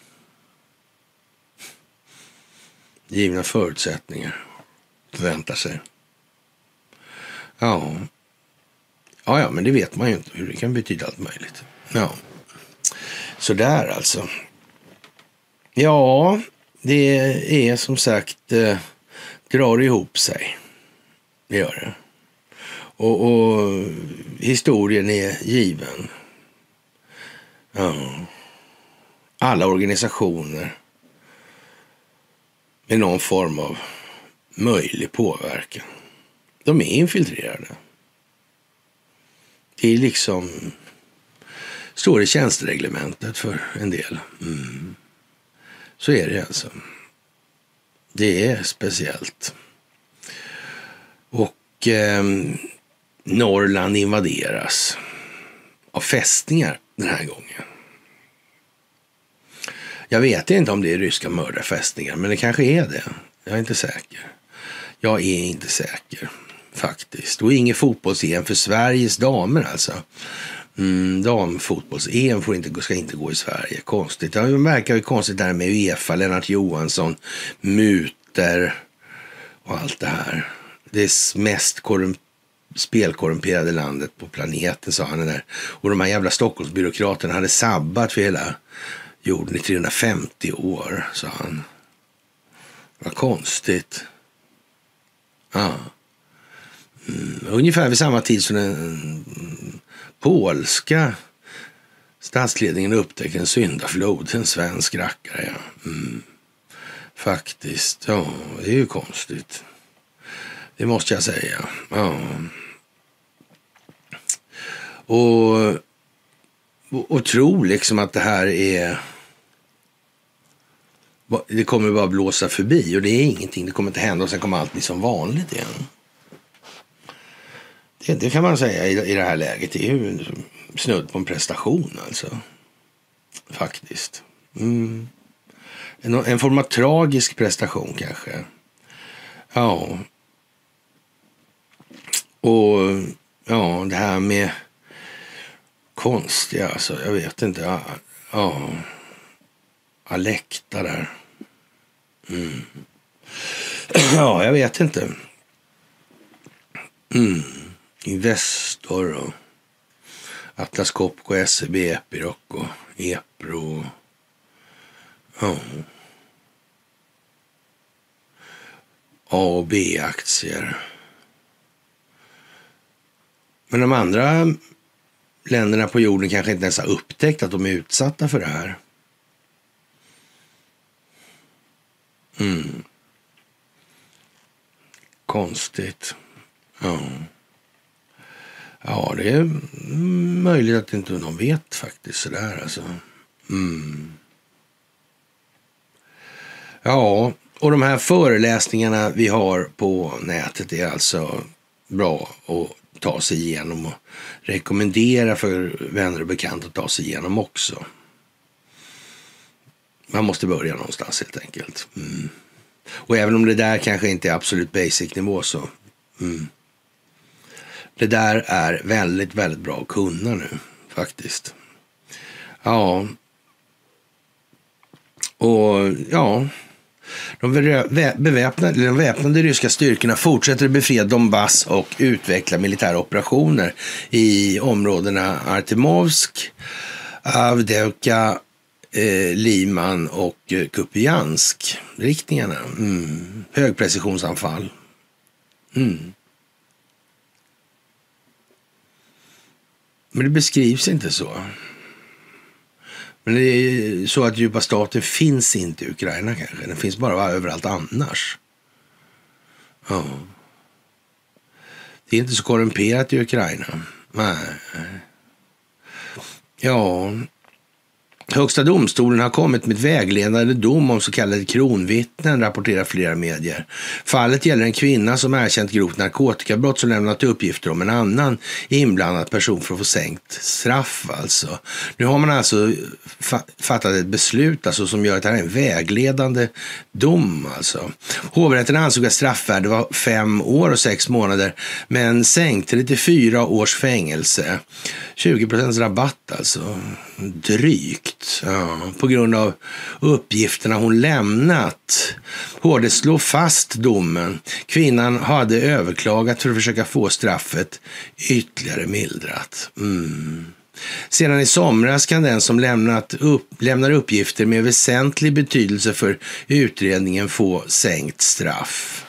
Givna förutsättningar. Förväntar sig. Ja. Ja, ja, men det vet man ju inte hur det kan betyda allt möjligt. Ja. Så där alltså. Ja, det är som sagt eh, drar ihop sig. Det gör det. Och, och historien är given. Ja. Alla organisationer med någon form av möjlig påverkan. De är infiltrerade. Det är liksom står i tjänstereglementet för en del. Mm. Så är det alltså. Det är speciellt. Och eh, Norrland invaderas av fästningar den här gången. Jag vet inte om det är ryska mördarfästningar, men det kanske är det. Jag är inte säker. Jag är inte säker faktiskt. Och ingen fotbolls-E M för Sveriges damer alltså. Mm, damfotbolls-E M får inte, ska inte gå i Sverige. Konstigt. Det verkar ju konstigt där med UEFA, Lennart Johansson, muter och allt det här. Det är mest korrump- spelkorrumperade landet på planeten, sa han där. Och de här jävla Stockholmsbyråkraterna hade sabbat för hela jorden i trehundrafemtio år, sa han. Vad konstigt. Ja. Mm, ungefär vid samma tid som den polska statsledningen upptäckte en syndaflod, en svensk rackare. Ja. Mm. Faktiskt, ja, det är ju konstigt. Det måste jag säga. Ja. Och, och, och tro liksom att det här är... Det kommer bara blåsa förbi och det är ingenting. Det kommer inte hända och sen kommer allt bli som vanligt igen. Det, det kan man säga i, i det här läget. Det är ju snudd på en prestation alltså. Faktiskt. Mm. En, en form av tragisk prestation kanske. Ja. Och ja, det här med konstiga alltså. Jag vet inte. Ja. ja. Alekta där. Mm. Ja, jag vet inte. Mm. Investor och Atlas Copco, S E B, Epiroc och Epro. Ja. A och B-aktier. Men de andra länderna på jorden kanske inte ens har upptäckt att de är utsatta för det här. Mm. Konstigt. Ja. Ja, det är möjligt att inte någon vet faktiskt sådär alltså. Mm. Ja, och de här föreläsningarna vi har på nätet är alltså bra att ta sig igenom och rekommendera för vänner och bekanta att ta sig igenom också. Man måste börja någonstans helt enkelt. Mm. Och även om det där kanske inte är absolut basic nivå så... Mm. Det där är väldigt, väldigt bra att kunna nu faktiskt. Ja. Och ja... De beväpnade, de väpnade ryska styrkorna fortsätter att befria Donbass och utveckla militära operationer i områdena Artemovsk, Avdiivka, eh, Liman och eh, Kupiansk. Riktningarna. Mm. Högprecisionsanfall. Mm. Men det beskrivs inte så. Men det är så att djupa staten finns inte i Ukraina kanske. Den finns bara överallt annars. Ja. Det är inte så korrumperat i Ukraina. Nej. Ja. Högsta domstolen har kommit med ett vägledande dom om så kallade kronvittnen, rapporterar flera medier. Fallet gäller en kvinna som erkänt grovt narkotikabrott som lämnat uppgifter om en annan inblandad person för att få sänkt straff alltså. Nu har man alltså fa- fattat ett beslut alltså, som gör att det här är en vägledande dom alltså. Hovrätten ansåg att straffvärde var fem år och sex månader men sänkte det till fyra års fängelse. tjugo procent rabatt alltså. Drygt. Ja, på grund av uppgifterna hon lämnat. Hårde slå fast domen. Kvinnan hade överklagat för att försöka få straffet ytterligare mildrat. Mm. Sedan i somras kan den som lämnat upp, lämnar uppgifter med väsentlig betydelse för utredningen få sänkt straff.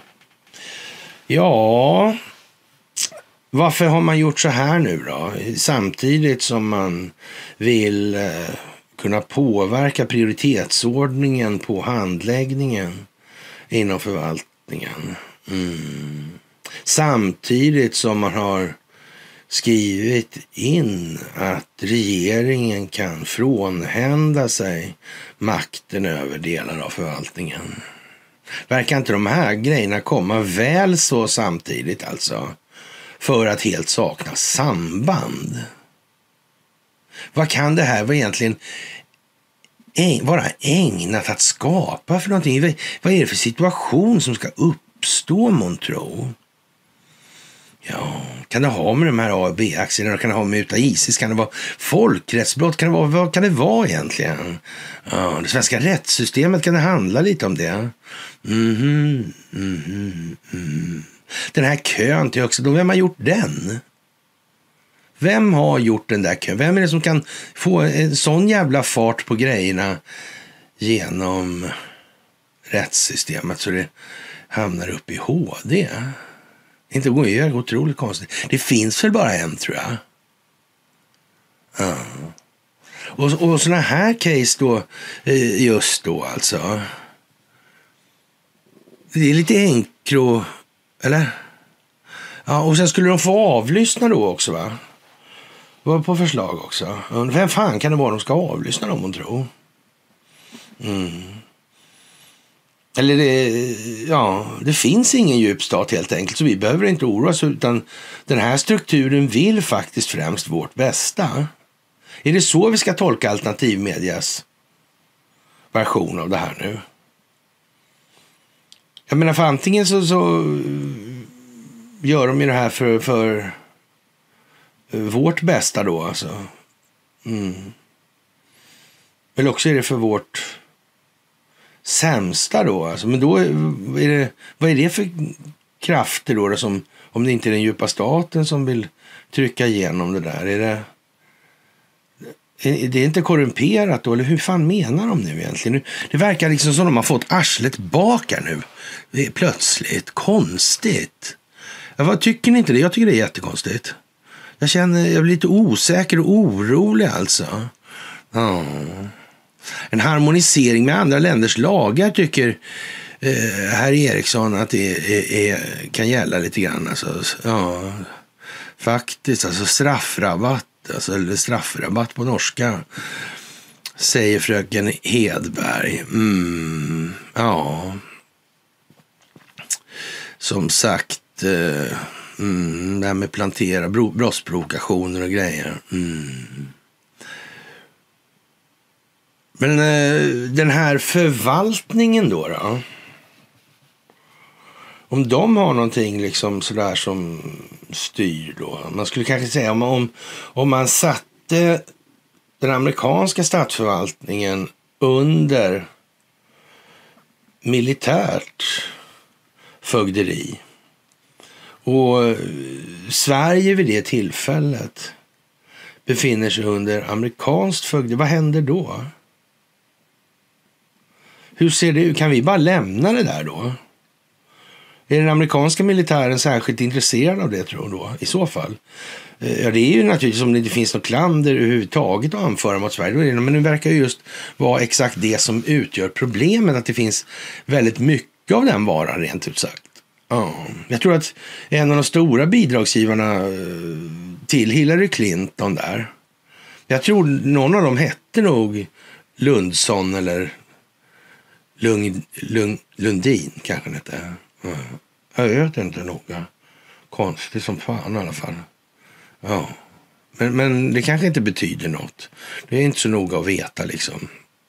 Ja, varför har man gjort så här nu då? Samtidigt som man vill eh, kunna påverka prioritetsordningen på handläggningen inom förvaltningen. Mm. Samtidigt som man har skrivit in att regeringen kan frånhända sig makten över delar av förvaltningen. Verkar inte de här grejerna komma väl så samtidigt alltså? För att helt sakna samband. Vad kan det här vara egentligen vara ägnat att skapa för någonting? Vad är det för situation som ska uppstå, månntro? Ja, kan det ha med de här A och B-aktierna? Kan det ha med uta Isis? Kan det vara folkrättsbrott? Kan det vara, vad kan det vara egentligen? Ja, det svenska rättssystemet, kan det handla lite om det? Mhm, mhm, mhm. Den här kön till högsta domstolen, vem har gjort den? Vem har gjort den där kön? Vem är det som kan få en sån jävla fart på grejerna genom rättssystemet så det hamnar upp i H D? Inte går ju otroligt konstigt. Det finns väl bara en, tror jag. Ja. Och, och såna här case då, just då alltså. Det är lite enkro, eller? Ja, och sen skulle de få avlyssna då också, va? Var på förslag också. Vem fan kan det vara de ska avlyssna dem, man tror? Mm. Eller det, ja, det finns ingen djupstat helt enkelt, så vi behöver inte oroa oss, utan den här strukturen vill faktiskt främst vårt bästa. Är det så vi ska tolka alternativmedias version av det här nu? Jag menar, för antingen så, så gör de ju det här för, för vårt bästa då alltså. Mm. Eller också är det för vårt sämsta då alltså. Men då är det, vad är det för krafter då, då som, om det inte är den djupa staten som vill trycka igenom det där? Är det, är det inte korrumperat då? Eller hur fan menar de nu egentligen? Det verkar liksom som de har fått arslet bak här nu. Det är plötsligt konstigt. Ja, vad tycker ni inte det? Jag tycker det är jättekonstigt. Jag känner, jag blir lite osäker och orolig alltså. Ja. En harmonisering med andra länders lagar tycker eh, herr Eriksson att det är, är, kan gälla lite grann. Alltså, ja, faktiskt, alltså straffrabatt, alltså, eller straffrabatt på norska, säger fröken Hedberg. Mm, ja, som sagt, eh, mm, det här med plantera bro, brottsprovokationer och grejer. Mm. Men den här förvaltningen då, då? Om de har någonting liksom sådär som styr då. Man skulle kanske säga om, om, om man satte den amerikanska statsförvaltningen under militärt fögderi. Och Sverige vid det tillfället befinner sig under amerikanskt fögderi. Vad händer då? Hur ser det ut? Kan vi bara lämna det där då? Är den amerikanska militären särskilt intresserad av det, tror jag då? I så fall. Ja, det är ju naturligtvis om det inte finns något land överhuvudtaget att anföra mot Sverige. Men det verkar ju just vara exakt det som utgör problemet. Att det finns väldigt mycket av den varan, rent ut sagt. Ja. Jag tror att en av de stora bidragsgivarna till Hillary Clinton där, Jag tror någon av dem hette nog Lundsson eller Lung, Lung, Lundin kanske det hette. Ja. Jag vet inte noga. Konstigt som fan i alla fall. Ja. Men, men det kanske inte betyder något. Det är inte så noga att veta liksom.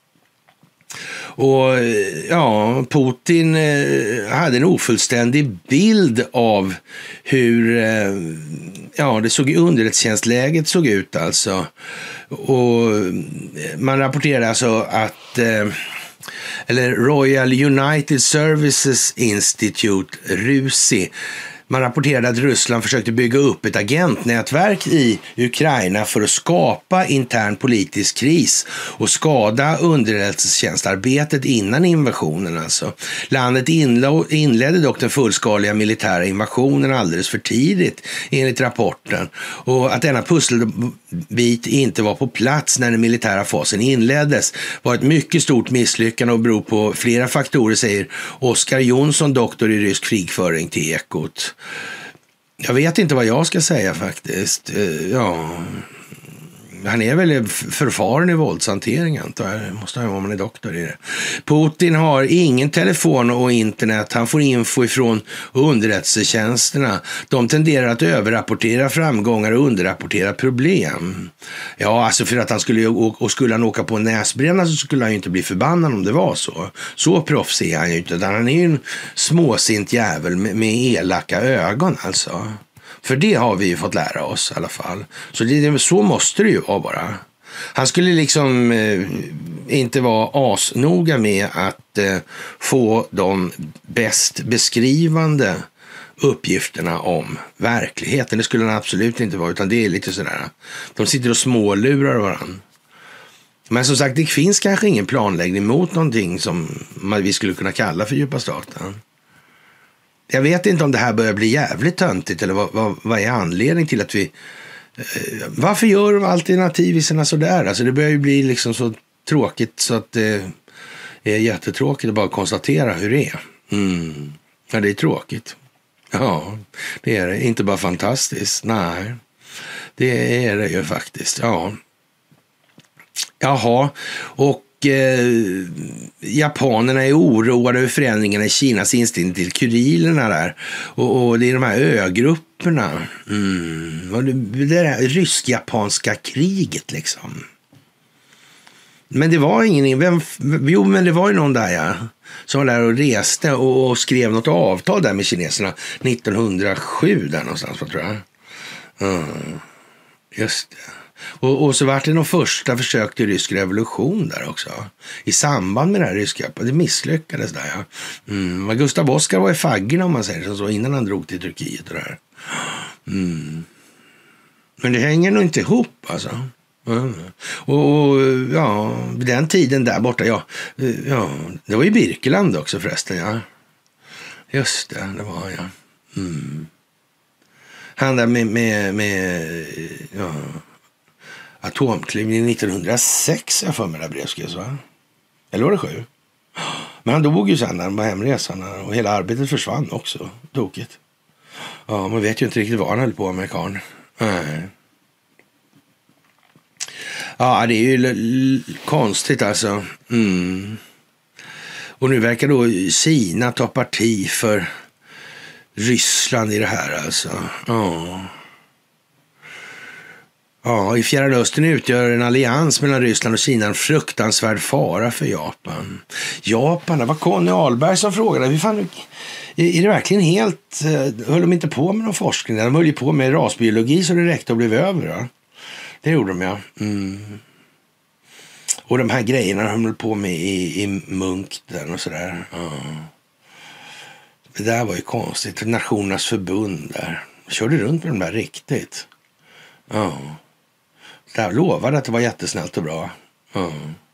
Och ja, Putin eh, hade en ofullständig bild av hur eh, ja, det såg underrättelsetjänstläget såg ut alltså. Och man rapporterade alltså att eh, eller Royal United Services Institute, RUSI. Man rapporterade att Ryssland försökte bygga upp ett agentnätverk i Ukraina för att skapa intern politisk kris och skada underrättelsetjänstarbetet innan invasionen. Alltså. Landet inledde dock den fullskaliga militära invasionen alldeles för tidigt enligt rapporten. Och att denna pusselbit inte var på plats när den militära fasen inleddes var ett mycket stort misslyckande och beror på flera faktorer, säger Oskar Jonsson, doktor i rysk krigföring till Ekot. Jag vet inte vad jag ska säga faktiskt. Ja, han är väl förfaren i våldshantering antar jag. Måste han vara, man är doktor i det. Putin har ingen telefon och internet. Han får info ifrån underrättelsetjänsterna. De tenderar att överrapportera framgångar och underrapportera problem. Ja, alltså för att han skulle, och skulle han åka på en näsbränna så skulle han ju inte bli förbannad om det var så. Så proffsig är han ju inte. Han är ju en småsint jävel med, med elaka ögon alltså. För det har vi ju fått lära oss i alla fall. Så det, så måste det ju vara bara. Han skulle liksom eh, inte vara asnoga med att eh, få de bäst beskrivande uppgifterna om verkligheten. Det skulle han absolut inte vara, utan det är lite sådär. De sitter och smålurar varandra. Men som sagt, det finns kanske ingen planläggning mot någonting som vi skulle kunna kalla för djupa staten. Jag vet inte om det här börjar bli jävligt töntigt eller vad, vad, vad är anledningen till att vi... Eh, varför gör de alternativisarna sådär? Alltså det börjar ju bli liksom så tråkigt så att det är jättetråkigt att bara konstatera hur det är. Mm. Ja, det är tråkigt. Ja, det är det. Inte bara fantastiskt. Nej, det är det ju faktiskt. Ja. Jaha, och Eh, japanerna är oroade över förändringarna i Kinas inställning till kurilerna där. Och, och det är de här ögrupperna. Mm. Det där rysk-japanska kriget liksom. Men det var ingen... Vem, jo, men det var ju någon där, ja. Som var där och reste och, och skrev något avtal där med kineserna nittonhundrasju där någonstans, tror jag. Mm. Just det. Och, och så var det de första försök till rysk revolution där också. I samband med det här ryska. Det misslyckades där, ja. Mm. Men Gustav Oskar var i faggen om man säger så, innan han drog till Turkiet och det här. Mm. Men det hänger nog inte ihop alltså. Mm. Och, och ja, den tiden där borta, ja, ja, det var ju Birkeland också förresten, ja. Just det, det var ja. Mm. Han där med, med, med ja... atomklyvning nittonhundrasex, jag för mig där brevskrevs, va? Eller var det sju? Men han dog ju sen när han var hemresan och hela arbetet försvann också. Tokigt. Ja, man vet ju inte riktigt vad han höll på med, karln. Nej. Ja, det är ju l- l- konstigt alltså. Mm. Och nu verkar då Kina ta parti för Ryssland i det här alltså. Ja. Ja, i Fjärran Östern utgör en allians mellan Ryssland och Kina en fruktansvärd fara för Japan. Japan, det var Conny Ahlberg som frågade, hur fan, är det verkligen helt, höll de inte på med någon forskning? De höll ju på med rasbiologi så det räckte och blev över, va? Det gjorde de, ja. Mm. Och de här grejerna de höll på med i, i Munkten och sådär. Ja. Det där var ju konstigt. Nationernas förbund där. Körde runt med de där riktigt. Ja. Jag lovade att det var jättesnällt och bra. Ja.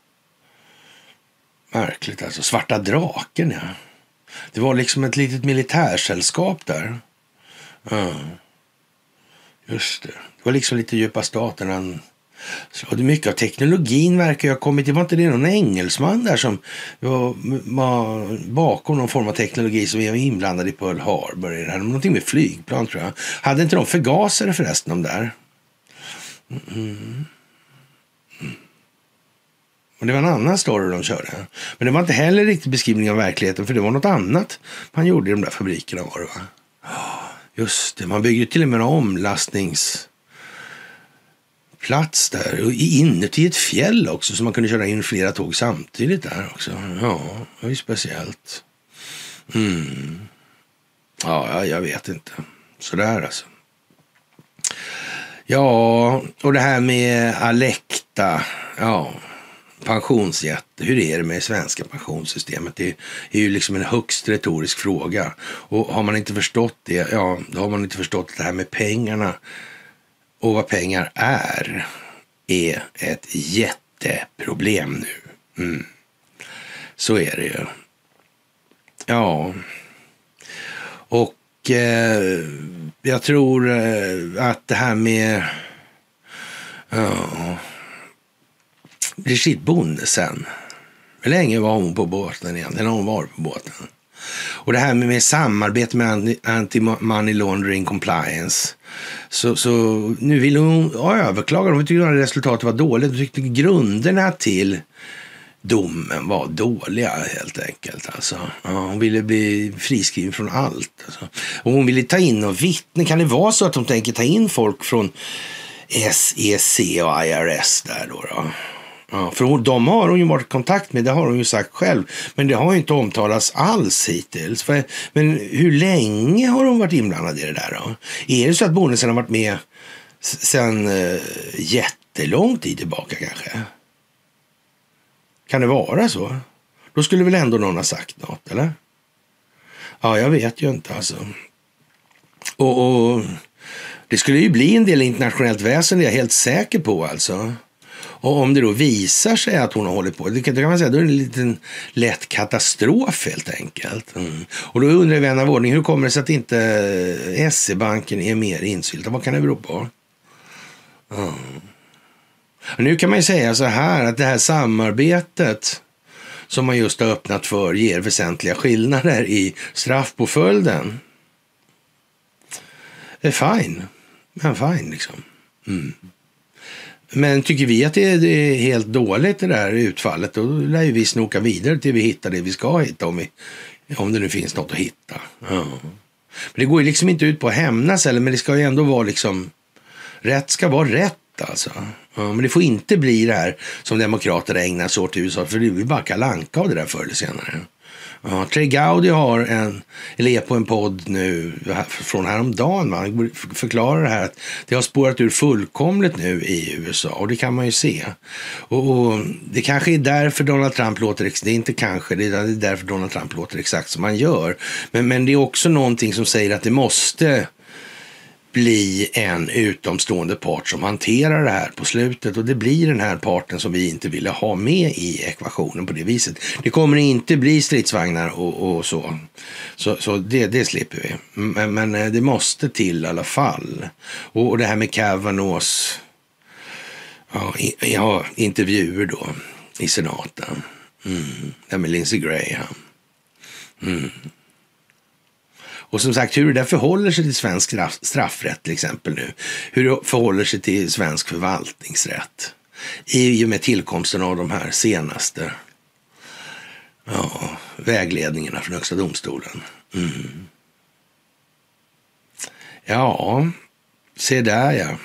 Märkligt alltså. Svarta draken, ja. Det var liksom ett litet militärsällskap där. Ja. Just det. Det var liksom lite djupa staten. Han... Så det mycket av teknologin verkar ju ha kommit. Det var inte det någon engelsman där som var, var bakom någon form av teknologi som vi var inblandade i Pearl Harbor. Det hade någonting med flygplan, tror jag. Hade inte de förgasare förresten de där? Mm. Mm. Och det var en annan story de körde. Men det var inte heller riktigt beskrivning av verkligheten, för det var något annat man gjorde i de där fabrikerna, var det, va? Just det, man byggde till och med en omlastningsplats där. Och inuti ett fjäll också, så man kunde köra in flera tåg samtidigt där också. Ja, det var ju speciellt. Mm. Ja, jag vet inte. Sådär alltså. Ja, och det här med Alecta. Ja, pensionsjätte. Hur är det med det svenska pensionssystemet? Det är ju liksom en högst retorisk fråga. Och har man inte förstått det, ja, då har man inte förstått det här med pengarna. Och vad pengar är, är ett jätteproblem nu. Mm. Så är det ju. Ja. Och eh, jag tror eh, att det här med ja, Brigitte Bonnesen. Hur länge var hon på båten igen? Eller har hon varit på båten? Och det här med, med samarbete med anti-money laundering compliance. Så, så nu vill hon ja, överklaga. Hon tyckte att resultatet var dåligt. Hon tyckte grunderna till domen var dåliga helt enkelt. Alltså. Ja, hon ville bli friskriven från allt. Alltså. Och hon ville ta in och vittne. Kan det vara så att de tänker ta in folk från S E C och I R S där då? då? Ja, för de har hon ju varit i kontakt med, det har hon ju sagt själv. Men det har ju inte omtalats alls hittills. För, men hur länge har hon varit inblandad i det där då? Är det så att Bonnesen har varit med sedan uh, jättelång tid tillbaka kanske? Kan det vara så? Då skulle väl ändå någon ha sagt något, eller? Ja, jag vet ju inte alltså. Och, och det skulle ju bli en del internationellt väsen, det är jag helt säker på alltså. Och om det då visar sig att hon har hållit på, det kan, det kan man säga, då är det en liten lätt katastrof helt enkelt. Mm. Och då undrar vän av ordning, hur kommer det sig att inte S E-banken är mer insyltad? Vad kan det bero på? Mm. Nu kan man ju säga så här att det här samarbetet som man just har öppnat för ger väsentliga skillnader i straffpåföljden. Det är fine. Men fine liksom. Mm. Men tycker vi att det är helt dåligt det där utfallet, då lär ju vi snoka vidare till vi hittar det vi ska hitta, om, vi, om det nu finns något att hitta. Ja. Men det går ju liksom inte ut på att hämnas eller, men det ska ju ändå vara liksom, rätt ska vara rätt alltså. Ja, men det får inte bli det här som demokraterna ägnar sig åt i U S A, för det blir bara kalanka av det där förr eller senare. Ja, Trey Gowdy har en, eller är på en podd nu från häromdagen, man förklarar det här att det har spårat ur fullkomligt nu i U S A, och det kan man ju se. Och, och det kanske är därför Donald Trump låter, det är inte kanske, det är därför Donald Trump låter exakt som han gör. Men, men det är också någonting som säger att det måste bli en utomstående part som hanterar det här på slutet, och det blir den här parten som vi inte ville ha med i ekvationen på det viset. Det kommer inte bli stridsvagnar och, och så. Så, så det, det slipper vi. Men, men det måste till i alla fall. Och, och det här med Kavanaughs ja, i, ja, intervjuer då i senaten. Mm. Det med Lindsey Graham. Mm. Och som sagt, hur det där förhåller sig till svensk straff, straffrätt till exempel nu. Hur det förhåller sig till svensk förvaltningsrätt. I och med tillkomsten av de här senaste ja, vägledningarna från Högsta domstolen. Mm. Ja, se där ja.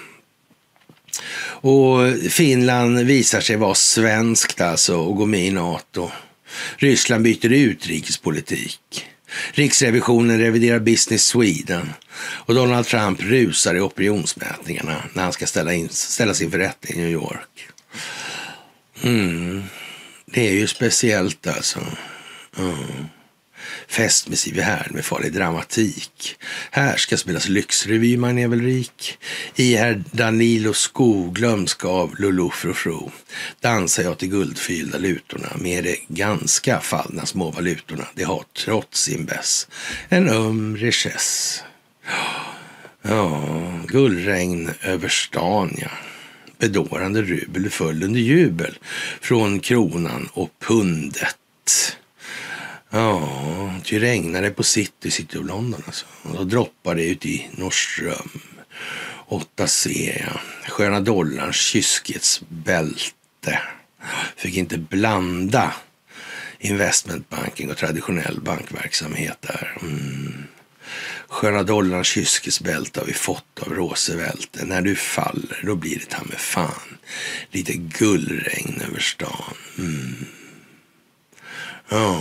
Och Finland visar sig vara svenskt alltså och går med i NATO. Ryssland byter utrikespolitik. Riksrevisionen reviderar Business Sweden och Donald Trump rusar i opinionsmätningarna när han ska ställa, in, ställa sig inför rätt i New York. Mm. Det är ju speciellt alltså. Mm. Festmusik vid här med farlig dramatik. Här ska spelas lyxrevy, man är väl rik. I herr Danilo Skog, glömska av Lulu Frufru. Dansar jag till guldfyllda lutorna med de ganska fallna små valutorna. Det har trots sin bäss en öm richess. Ja, guldregn över stan, ja. Bedårande rubel föll under jubel från kronan och pundet. Ja, det regnade på City, City of London alltså. Och då droppar det ut i Norrström. åtta C, ja. Sköna dollarns kyskhetsbälte. inte. Fick inte blanda investmentbanking och traditionell bankverksamhet där. Mm. Sköna dollarns kyskesbälte har vi fått av Roosevelt. När du faller, då blir det ta med fan lite gullregn över stan. Mm. Ja.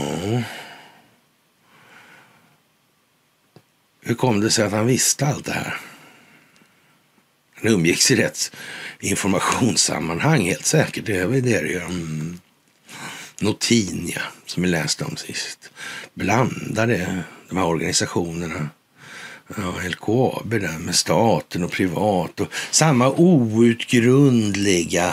Hur kom det sig att han visste allt det här? Han umgicks i rätt informationssammanhang, helt säkert. Det är väl det det gör. Mm. Notinia, som vi läste om sist. Blandade de här organisationerna. Ja, L K A B där med staten och privat. Och samma outgrundliga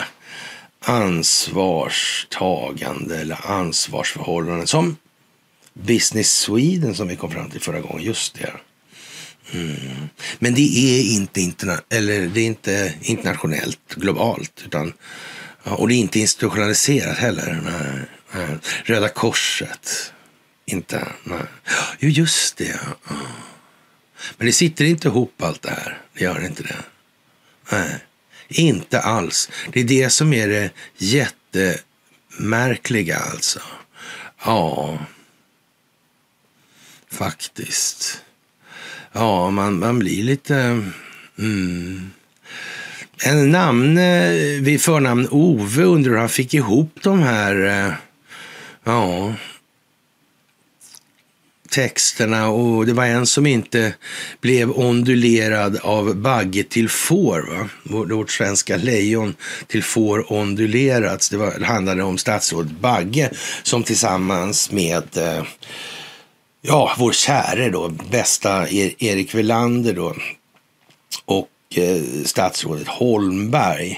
ansvarstagande eller ansvarsförhållanden som Business Sweden som vi kom fram till förra gången. Just det. Mm. Men det är inte, interna- eller det är inte internationellt, globalt, utan, ja, och det är inte institutionaliserat heller. Nej, nej. Röda korset, inte. Nej. Jo, just det. Ja. Men det sitter inte ihop allt det här. Det gör inte det. Nej, inte alls. Det är det som är det jättemärkliga alltså. Ja, faktiskt. Ja, man, man blir lite... Mm. En namn vid förnamn Ove undrar hur han fick ihop de här... Ja... texterna, och det var en som inte blev ondulerad av bagge till får, va? Vårt svenska lejon till får ondulerats. Det, var, det handlade om statsrådet Bagge som tillsammans med ja, vår käre då, bästa Erik Welander då, och eh, statsrådet Holmberg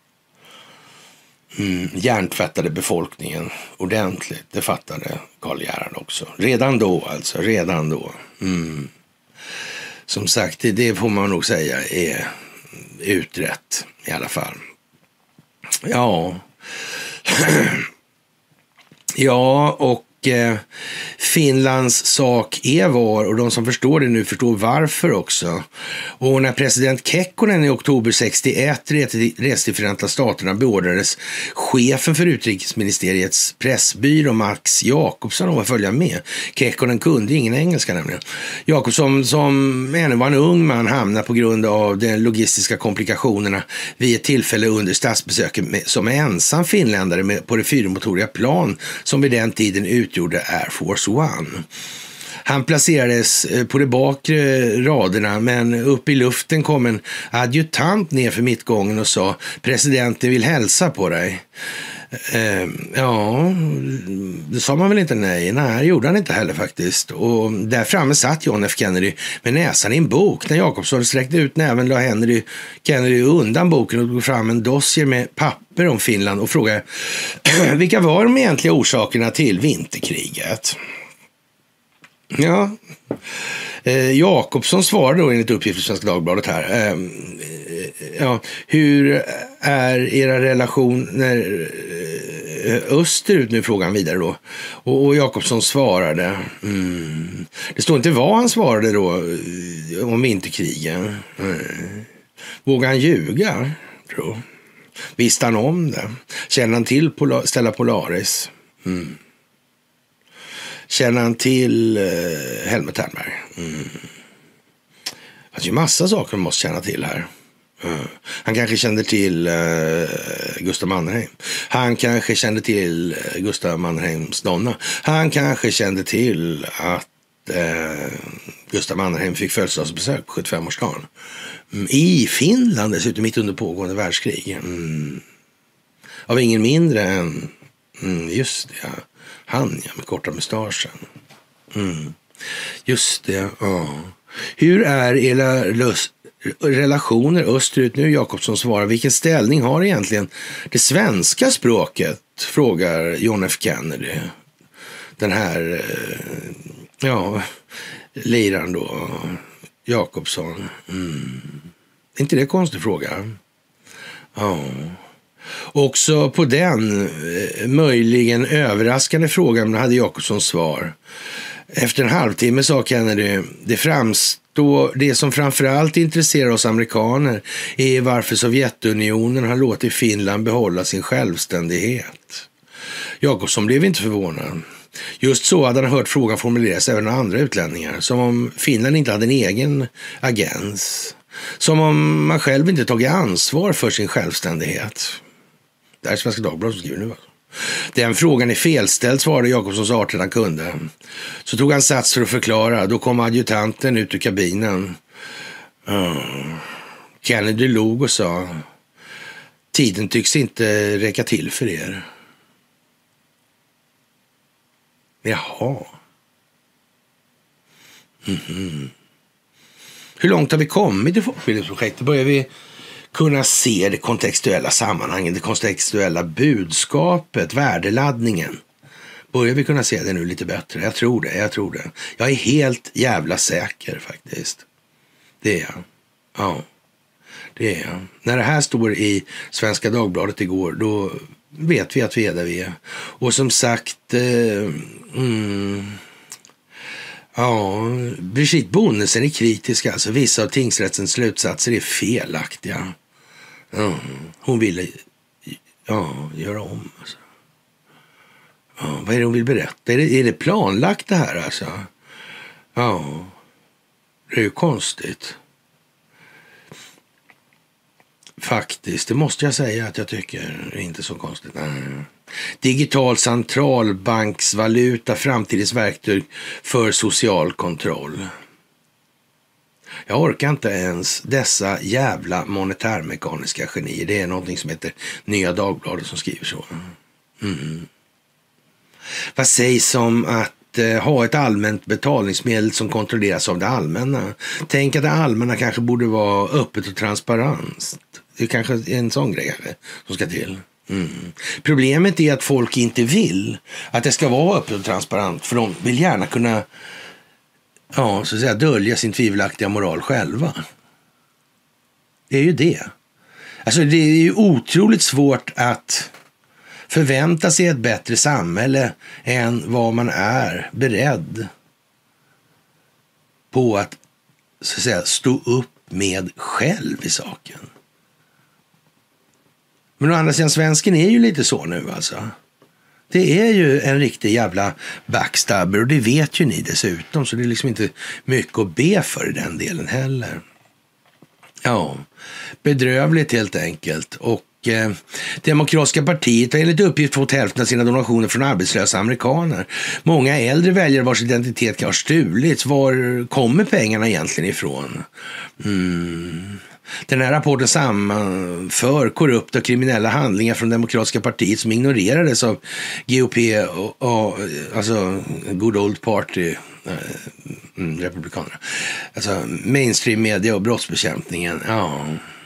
Mm, hjärntvättade befolkningen ordentligt. Det fattade Karl Gerhard också. Redan då alltså, redan då. Mm. Som sagt, det, det får man nog säga är utrett i alla fall. Ja. Ja, och eh, Finlands sak är var, och de som förstår det nu förstår varför också. Och när president Kekkonen i oktober sextioett reste till Förenta Staterna beordrades chefen för utrikesministeriets pressbyrå Max Jakobsson om att följa med. Kekkonen kunde ingen engelska nämligen. Jakobsson, som ännu var en ung man, hamnade på grund av de logistiska komplikationerna vid ett tillfälle under statsbesöket med, som ensam finländare med, på det fyrmotoriga plan som vid den tiden utgjorde Air Force One. Han placerades på de bakre raderna, men upp i luften kom en adjutant ner för mittgången och sa: presidenten vill hälsa på dig. Eh, ja, det sa man väl inte nej. Nej, det gjorde han inte heller faktiskt. Och där framme satt John F. Kennedy med näsan i en bok. När Jakobsson sträckte ut näven la Henry Kennedy undan boken och tog fram en dossier med papper om Finland och frågade vilka var de egentliga orsakerna till vinterkriget. Ja, eh, Jakobsson svarade då enligt uppgift i Svenska Dagbladet här. Eh, ja, hur är era relationer eh, österut, nu frågan vidare då. Och, och Jakobsson svarade. Mm, det står inte vad han svarade då om vinterkrigen. Mm. Vågar han ljuga, tror? Visste han om det? Känner han till Pola- Stella Polaris? Mm. Känner han till eh, Helmut Hernberg? Mm. Det är ju massa saker man måste känna till här. Mm. Han kanske kände till eh, Gustav Mannerheim. Han kanske kände till eh, Gustav Mannerheims donna. Han kanske kände till att eh, Gustav Mannerheim fick födelsedagsbesök på sjuttiofemårsdagen. Mm. I Finland dessutom, mitt under pågående världskrig. Mm. Av ingen mindre än, mm, just det, ja. Han, ja, med korta mustaschen. Mm. Just det, ja. Hur är era lös- relationer österut nu? Jakobsson svarar. Vilken ställning har egentligen det svenska språket? Frågar John F. Kennedy. Den här, ja, liraren då. Jakobsson. Mm. Är inte det en konstig fråga? Ja. Också på den eh, möjligen överraskande frågan hade Jakobsson svar. Efter en halvtimme sa Kennedy: det framstår då det som framförallt intresserar oss amerikaner är varför Sovjetunionen har låtit Finland behålla sin självständighet. Jakobsson blev inte förvånad. Just så hade han hört frågan formuleras även av andra utlänningar, som om Finland inte hade en egen agens. Som om man själv inte tagit ansvar för sin självständighet. Det här är Svenska Dagbladet som skriver nu. Den frågan är felställd, svarade Jakobsson så artigt han kunde. Så tog han sats för att förklara. Då kom adjutanten ut ur kabinen. Mm. Kennedy log och sa: tiden tycks inte räcka till för er. Jaha. Mm-hmm. Hur långt har vi kommit i folkbildningsprojektet? Börjar vi kunna se det kontextuella sammanhanget, det kontextuella budskapet, värdeladdningen? Börjar vi kunna se det nu lite bättre? Jag tror det, jag tror det. Jag är helt jävla säker faktiskt. Det är jag. Ja, det är jag. När det här står i Svenska Dagbladet igår, då vet vi att vi är där vi är. Och som sagt, eh, mm, ja, Brigitte Bonnesen är kritisk. Alltså vissa av tingsrättens slutsatser är felaktiga. Ja, hon ville ja, göra om. Alltså. Ja, vad är det hon vill berätta? Är det, är det planlagt det här alltså? Ja, det är ju konstigt. Faktiskt, det måste jag säga att jag tycker är inte så konstigt. Nej. Digital centralbanksvaluta, framtidens verktyg för social kontroll. Jag orkar inte ens dessa jävla monetärmekaniska genier. Det är någonting som heter Nya Dagbladet som skriver så. Mm. Vad sägs om att eh, ha ett allmänt betalningsmedel som kontrolleras av det allmänna? Tänk att det allmänna kanske borde vara öppet och transparent. Det är kanske en sån grej kanske, som ska till. Mm. Problemet är att folk inte vill att det ska vara öppet och transparent, för de vill gärna kunna ja, så att säga, dölja sin tvivelaktiga moral själva. Det är ju det. Alltså det är ju otroligt svårt att förvänta sig ett bättre samhälle än vad man är beredd på att, så att säga, stå upp med själv i saken. Men å andra sidan, svensken är ju lite så nu alltså. Det är ju en riktig jävla backstabber, och det vet ju ni dessutom, så det är liksom inte mycket att be för i den delen heller. Ja, bedrövligt helt enkelt. Och eh, Demokratiska partiet har enligt uppgift fått hälften av sina donationer från arbetslösa amerikaner. Många äldre väljare vars identitet kan ha stulits. Var kommer pengarna egentligen ifrån? Mm... Den här rapporten sammanför korrupta och kriminella handlingar från Demokratiska partiet som ignorerades av G O P och, och alltså Good Old Party, mm, republikanerna. Alltså mainstream media och brottsbekämpningen. Ja.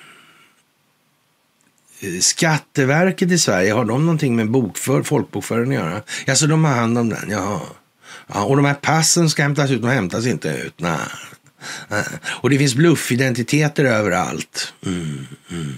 Skatteverket i Sverige, har de någonting med bokför, folkbokföringen att göra? Alltså de har hand om den, ja. Ja. Och de här passen ska hämtas ut, de hämtas inte ut, nej. Och det finns bluffidentiteter överallt. Mm, mm.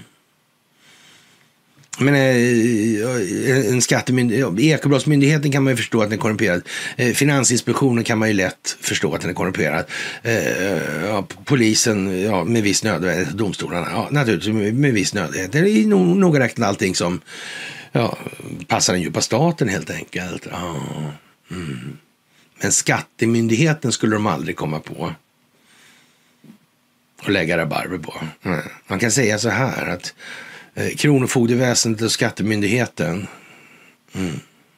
Men en skattemyndighet, ekobrottsmyndigheten kan man ju förstå att den är korrumperad. Finansinspektionen kan man ju lätt förstå att den är korrumperad. Ja, polisen, ja, med viss nödvändighet. Domstolarna, ja, naturligtvis med, med viss nödvändighet. Det är nog, nog räknat allting som ja, passar den djupa staten helt enkelt. Ja, mm. Men skattemyndigheten skulle de aldrig komma på och lägga rabarber på. Mm. Man kan säga så här att eh, kronofogdeväsendet och skattemyndigheten, mm.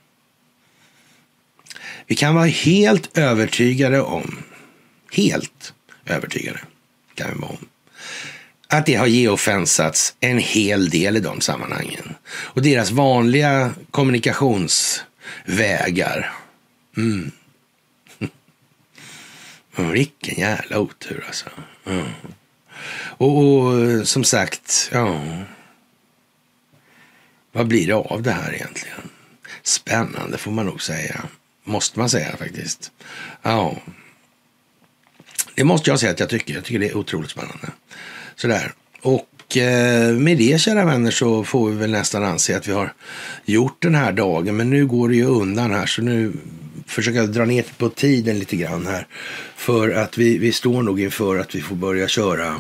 vi kan vara helt övertygade om, helt övertygade kan vi vara om, att det har geofensats en hel del i de sammanhangen. Och deras vanliga kommunikationsvägar. Mm. Vilken jävla otur alltså. Mm. Och, och som sagt, ja. Vad blir det av det här egentligen? Spännande får man nog säga. Måste man säga faktiskt. Ja. Det måste jag säga att jag tycker. Jag tycker det är otroligt spännande. Sådär. Och eh, med det, kära vänner, så får vi väl nästan anse att vi har gjort den här dagen. Men nu går det ju undan här, så nu försöka dra ner på tiden lite grann här. För att vi, vi står nog inför att vi får börja köra.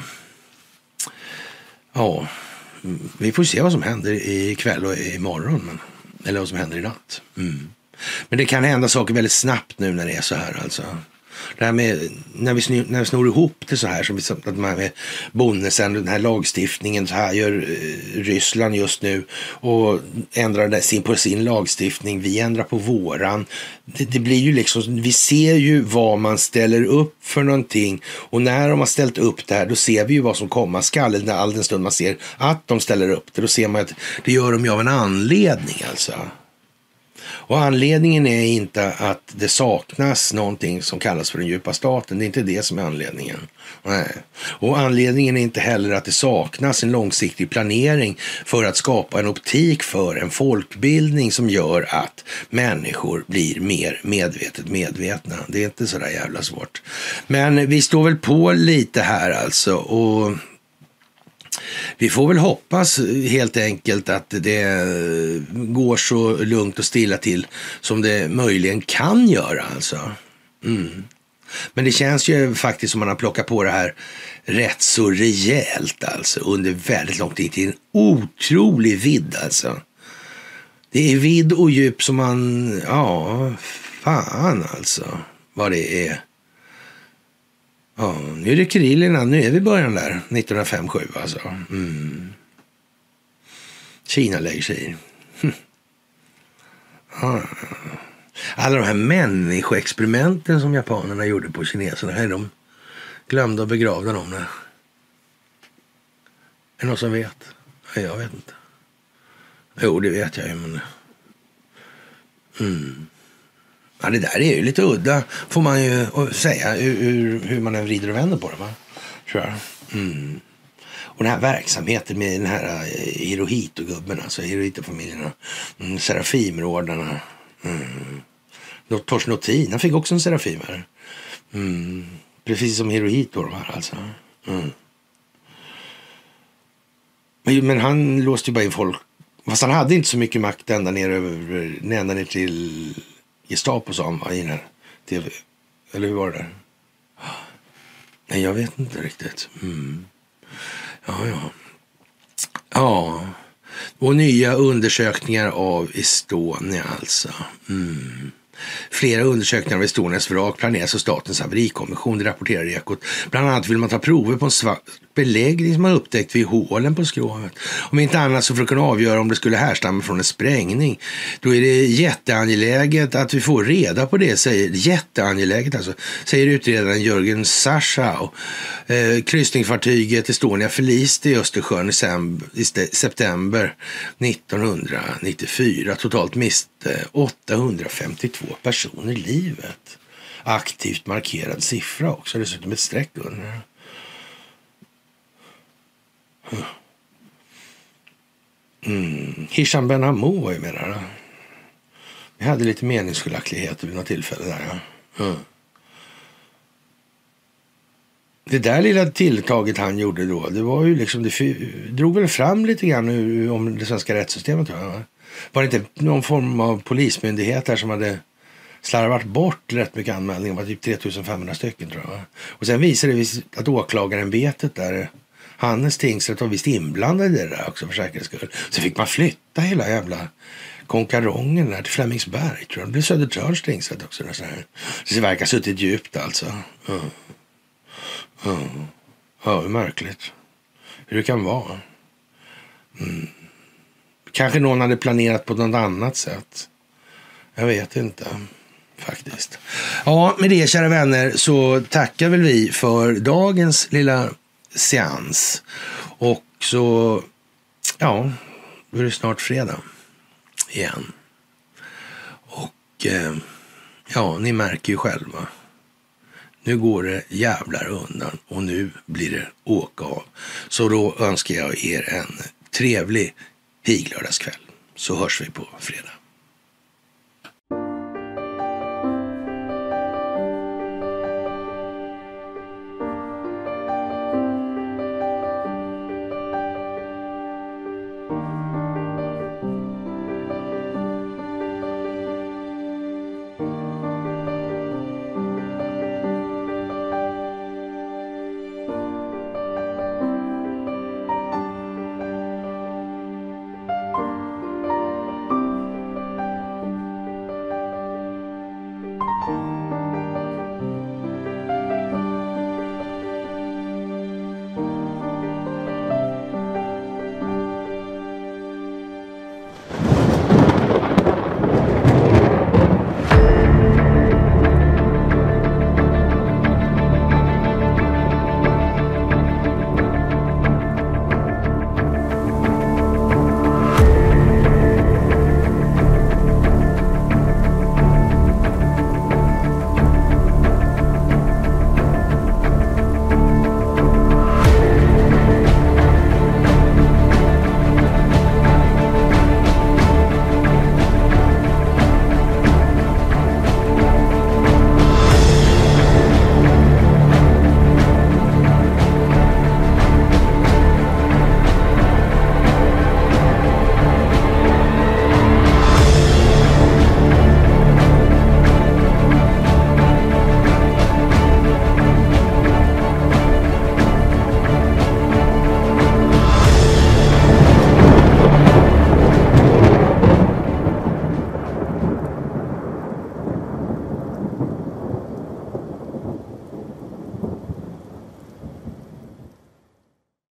Ja, vi får se vad som händer ikväll och imorgon. Men, eller vad som händer i natt. Mm. Men det kan hända saker väldigt snabbt nu när det är så här alltså. Det här med, när vi, snor, när vi snor ihop det så här som vi att man med bonusen, den här lagstiftningen, så här gör eh, Ryssland just nu och ändrar sin, på sin lagstiftning, vi ändrar på våran. Det, det blir ju liksom, vi ser ju vad man ställer upp för någonting och när de har ställt upp det här, då ser vi ju vad som komma skall, när all den stund man ser att de ställer upp det, då ser man att det gör de ju av en anledning alltså. Och anledningen är inte att det saknas någonting som kallas för den djupa staten. Det är inte det som är anledningen. Nej. Och anledningen är inte heller att det saknas en långsiktig planering för att skapa en optik för en folkbildning som gör att människor blir mer medvetet medvetna. Det är inte så där jävla svårt. Men vi står väl på lite här alltså och vi får väl hoppas helt enkelt att det går så lugnt och stilla till som det möjligen kan göra alltså. Mm. Men det känns ju faktiskt som man har plockat på det här rätt så rejält alltså under väldigt lång tid till en otrolig vidd alltså. Det är vidd och djup som man, ja, fan alltså vad det är. Ja, nu är det Kirillerna, nu är vi början där, nittonhundrafemtiosju alltså. Mm. Kina lägger sig i. Hm. Ja. Alla de här människoexperimenten som japanerna gjorde på kineserna, är de glömda och begravda dem där? Är det någon som vet? Ja, jag vet inte. Jo, det vet jag ju, men... Mm. Ja, det där är ju lite udda, får man ju säga, hur, hur man än vrider och vänder på det, va? Tror jag. Mm. Och den här verksamheten med den här Hirohito-gubben, alltså Hirohito-familjerna, mm, Serafimrådarna. Mm. Torsten Nothin, han fick också en Serafim här. Mm. Precis som Hirohito de här alltså. Mm. Men, men han låste ju bara in folk. Fast han hade inte så mycket makt ända ner, över, ända ner till Gestapo som var i den här T V. Eller hur var det där? Nej, jag vet inte riktigt. Mm. Ja, ja. Ja. Och nya undersökningar av Estonia alltså. Mm. Flera undersökningar av Estonias vrak planeras av Statens haverikommission, det rapporterar Ekot. Bland annat vill man ta prover på en svart beläggning som man upptäckt vid hålen på skrovet. Om inte annat så för att kunna avgöra om det skulle härstamma från en sprängning. Då är det jätteangeläget att vi får reda på det, säger jätteangeläget alltså, säger utredaren Jörgen Saschau. Eh, kryssningsfartyget Estonia förliste i Östersjön i, sem- i september nittonhundranittiofyra. Totalt miste åttahundrafemtiotvå personer livet. Aktivt markerad siffra också, dessutom ett streck under. Mm. Hisham Ben Hammou var ju med där. Vi hade lite meningsskiljaktigheter vid något tillfälle där. Ja. Mm. Det där lilla tilltaget han gjorde då, det var ju liksom, det drog väl fram lite grann om det svenska rättssystemet. Va? Var det inte någon form av polismyndighet där som hade slarvat bort rätt mycket anmälningar, var typ tre tusen femhundra stycken tror jag. Va? Och sen visade det att åklagarämbetet där, Hannes tingsrätt, var visst inblandad i det där också för säkerhets skull. Så fick man flytta hela jävla konkarongen där till Flemingsberg tror jag. Det blev Södertörns tingsrätt också. Så, så det verkar suttit djupt alltså. Mm. Mm. Ja, det är märkligt. Hur det kan vara. Mm. Kanske någon hade planerat på något annat sätt. Jag vet inte. Faktiskt. Ja, med det kära vänner så tackar väl vi för dagens lilla seans. Och så, ja, då är det snart fredag igen. Och eh, ja, ni märker ju själva. Nu går det jävlar undan och nu blir det åka av. Så då önskar jag er en trevlig piglördagskväll. Så hörs vi på fredag.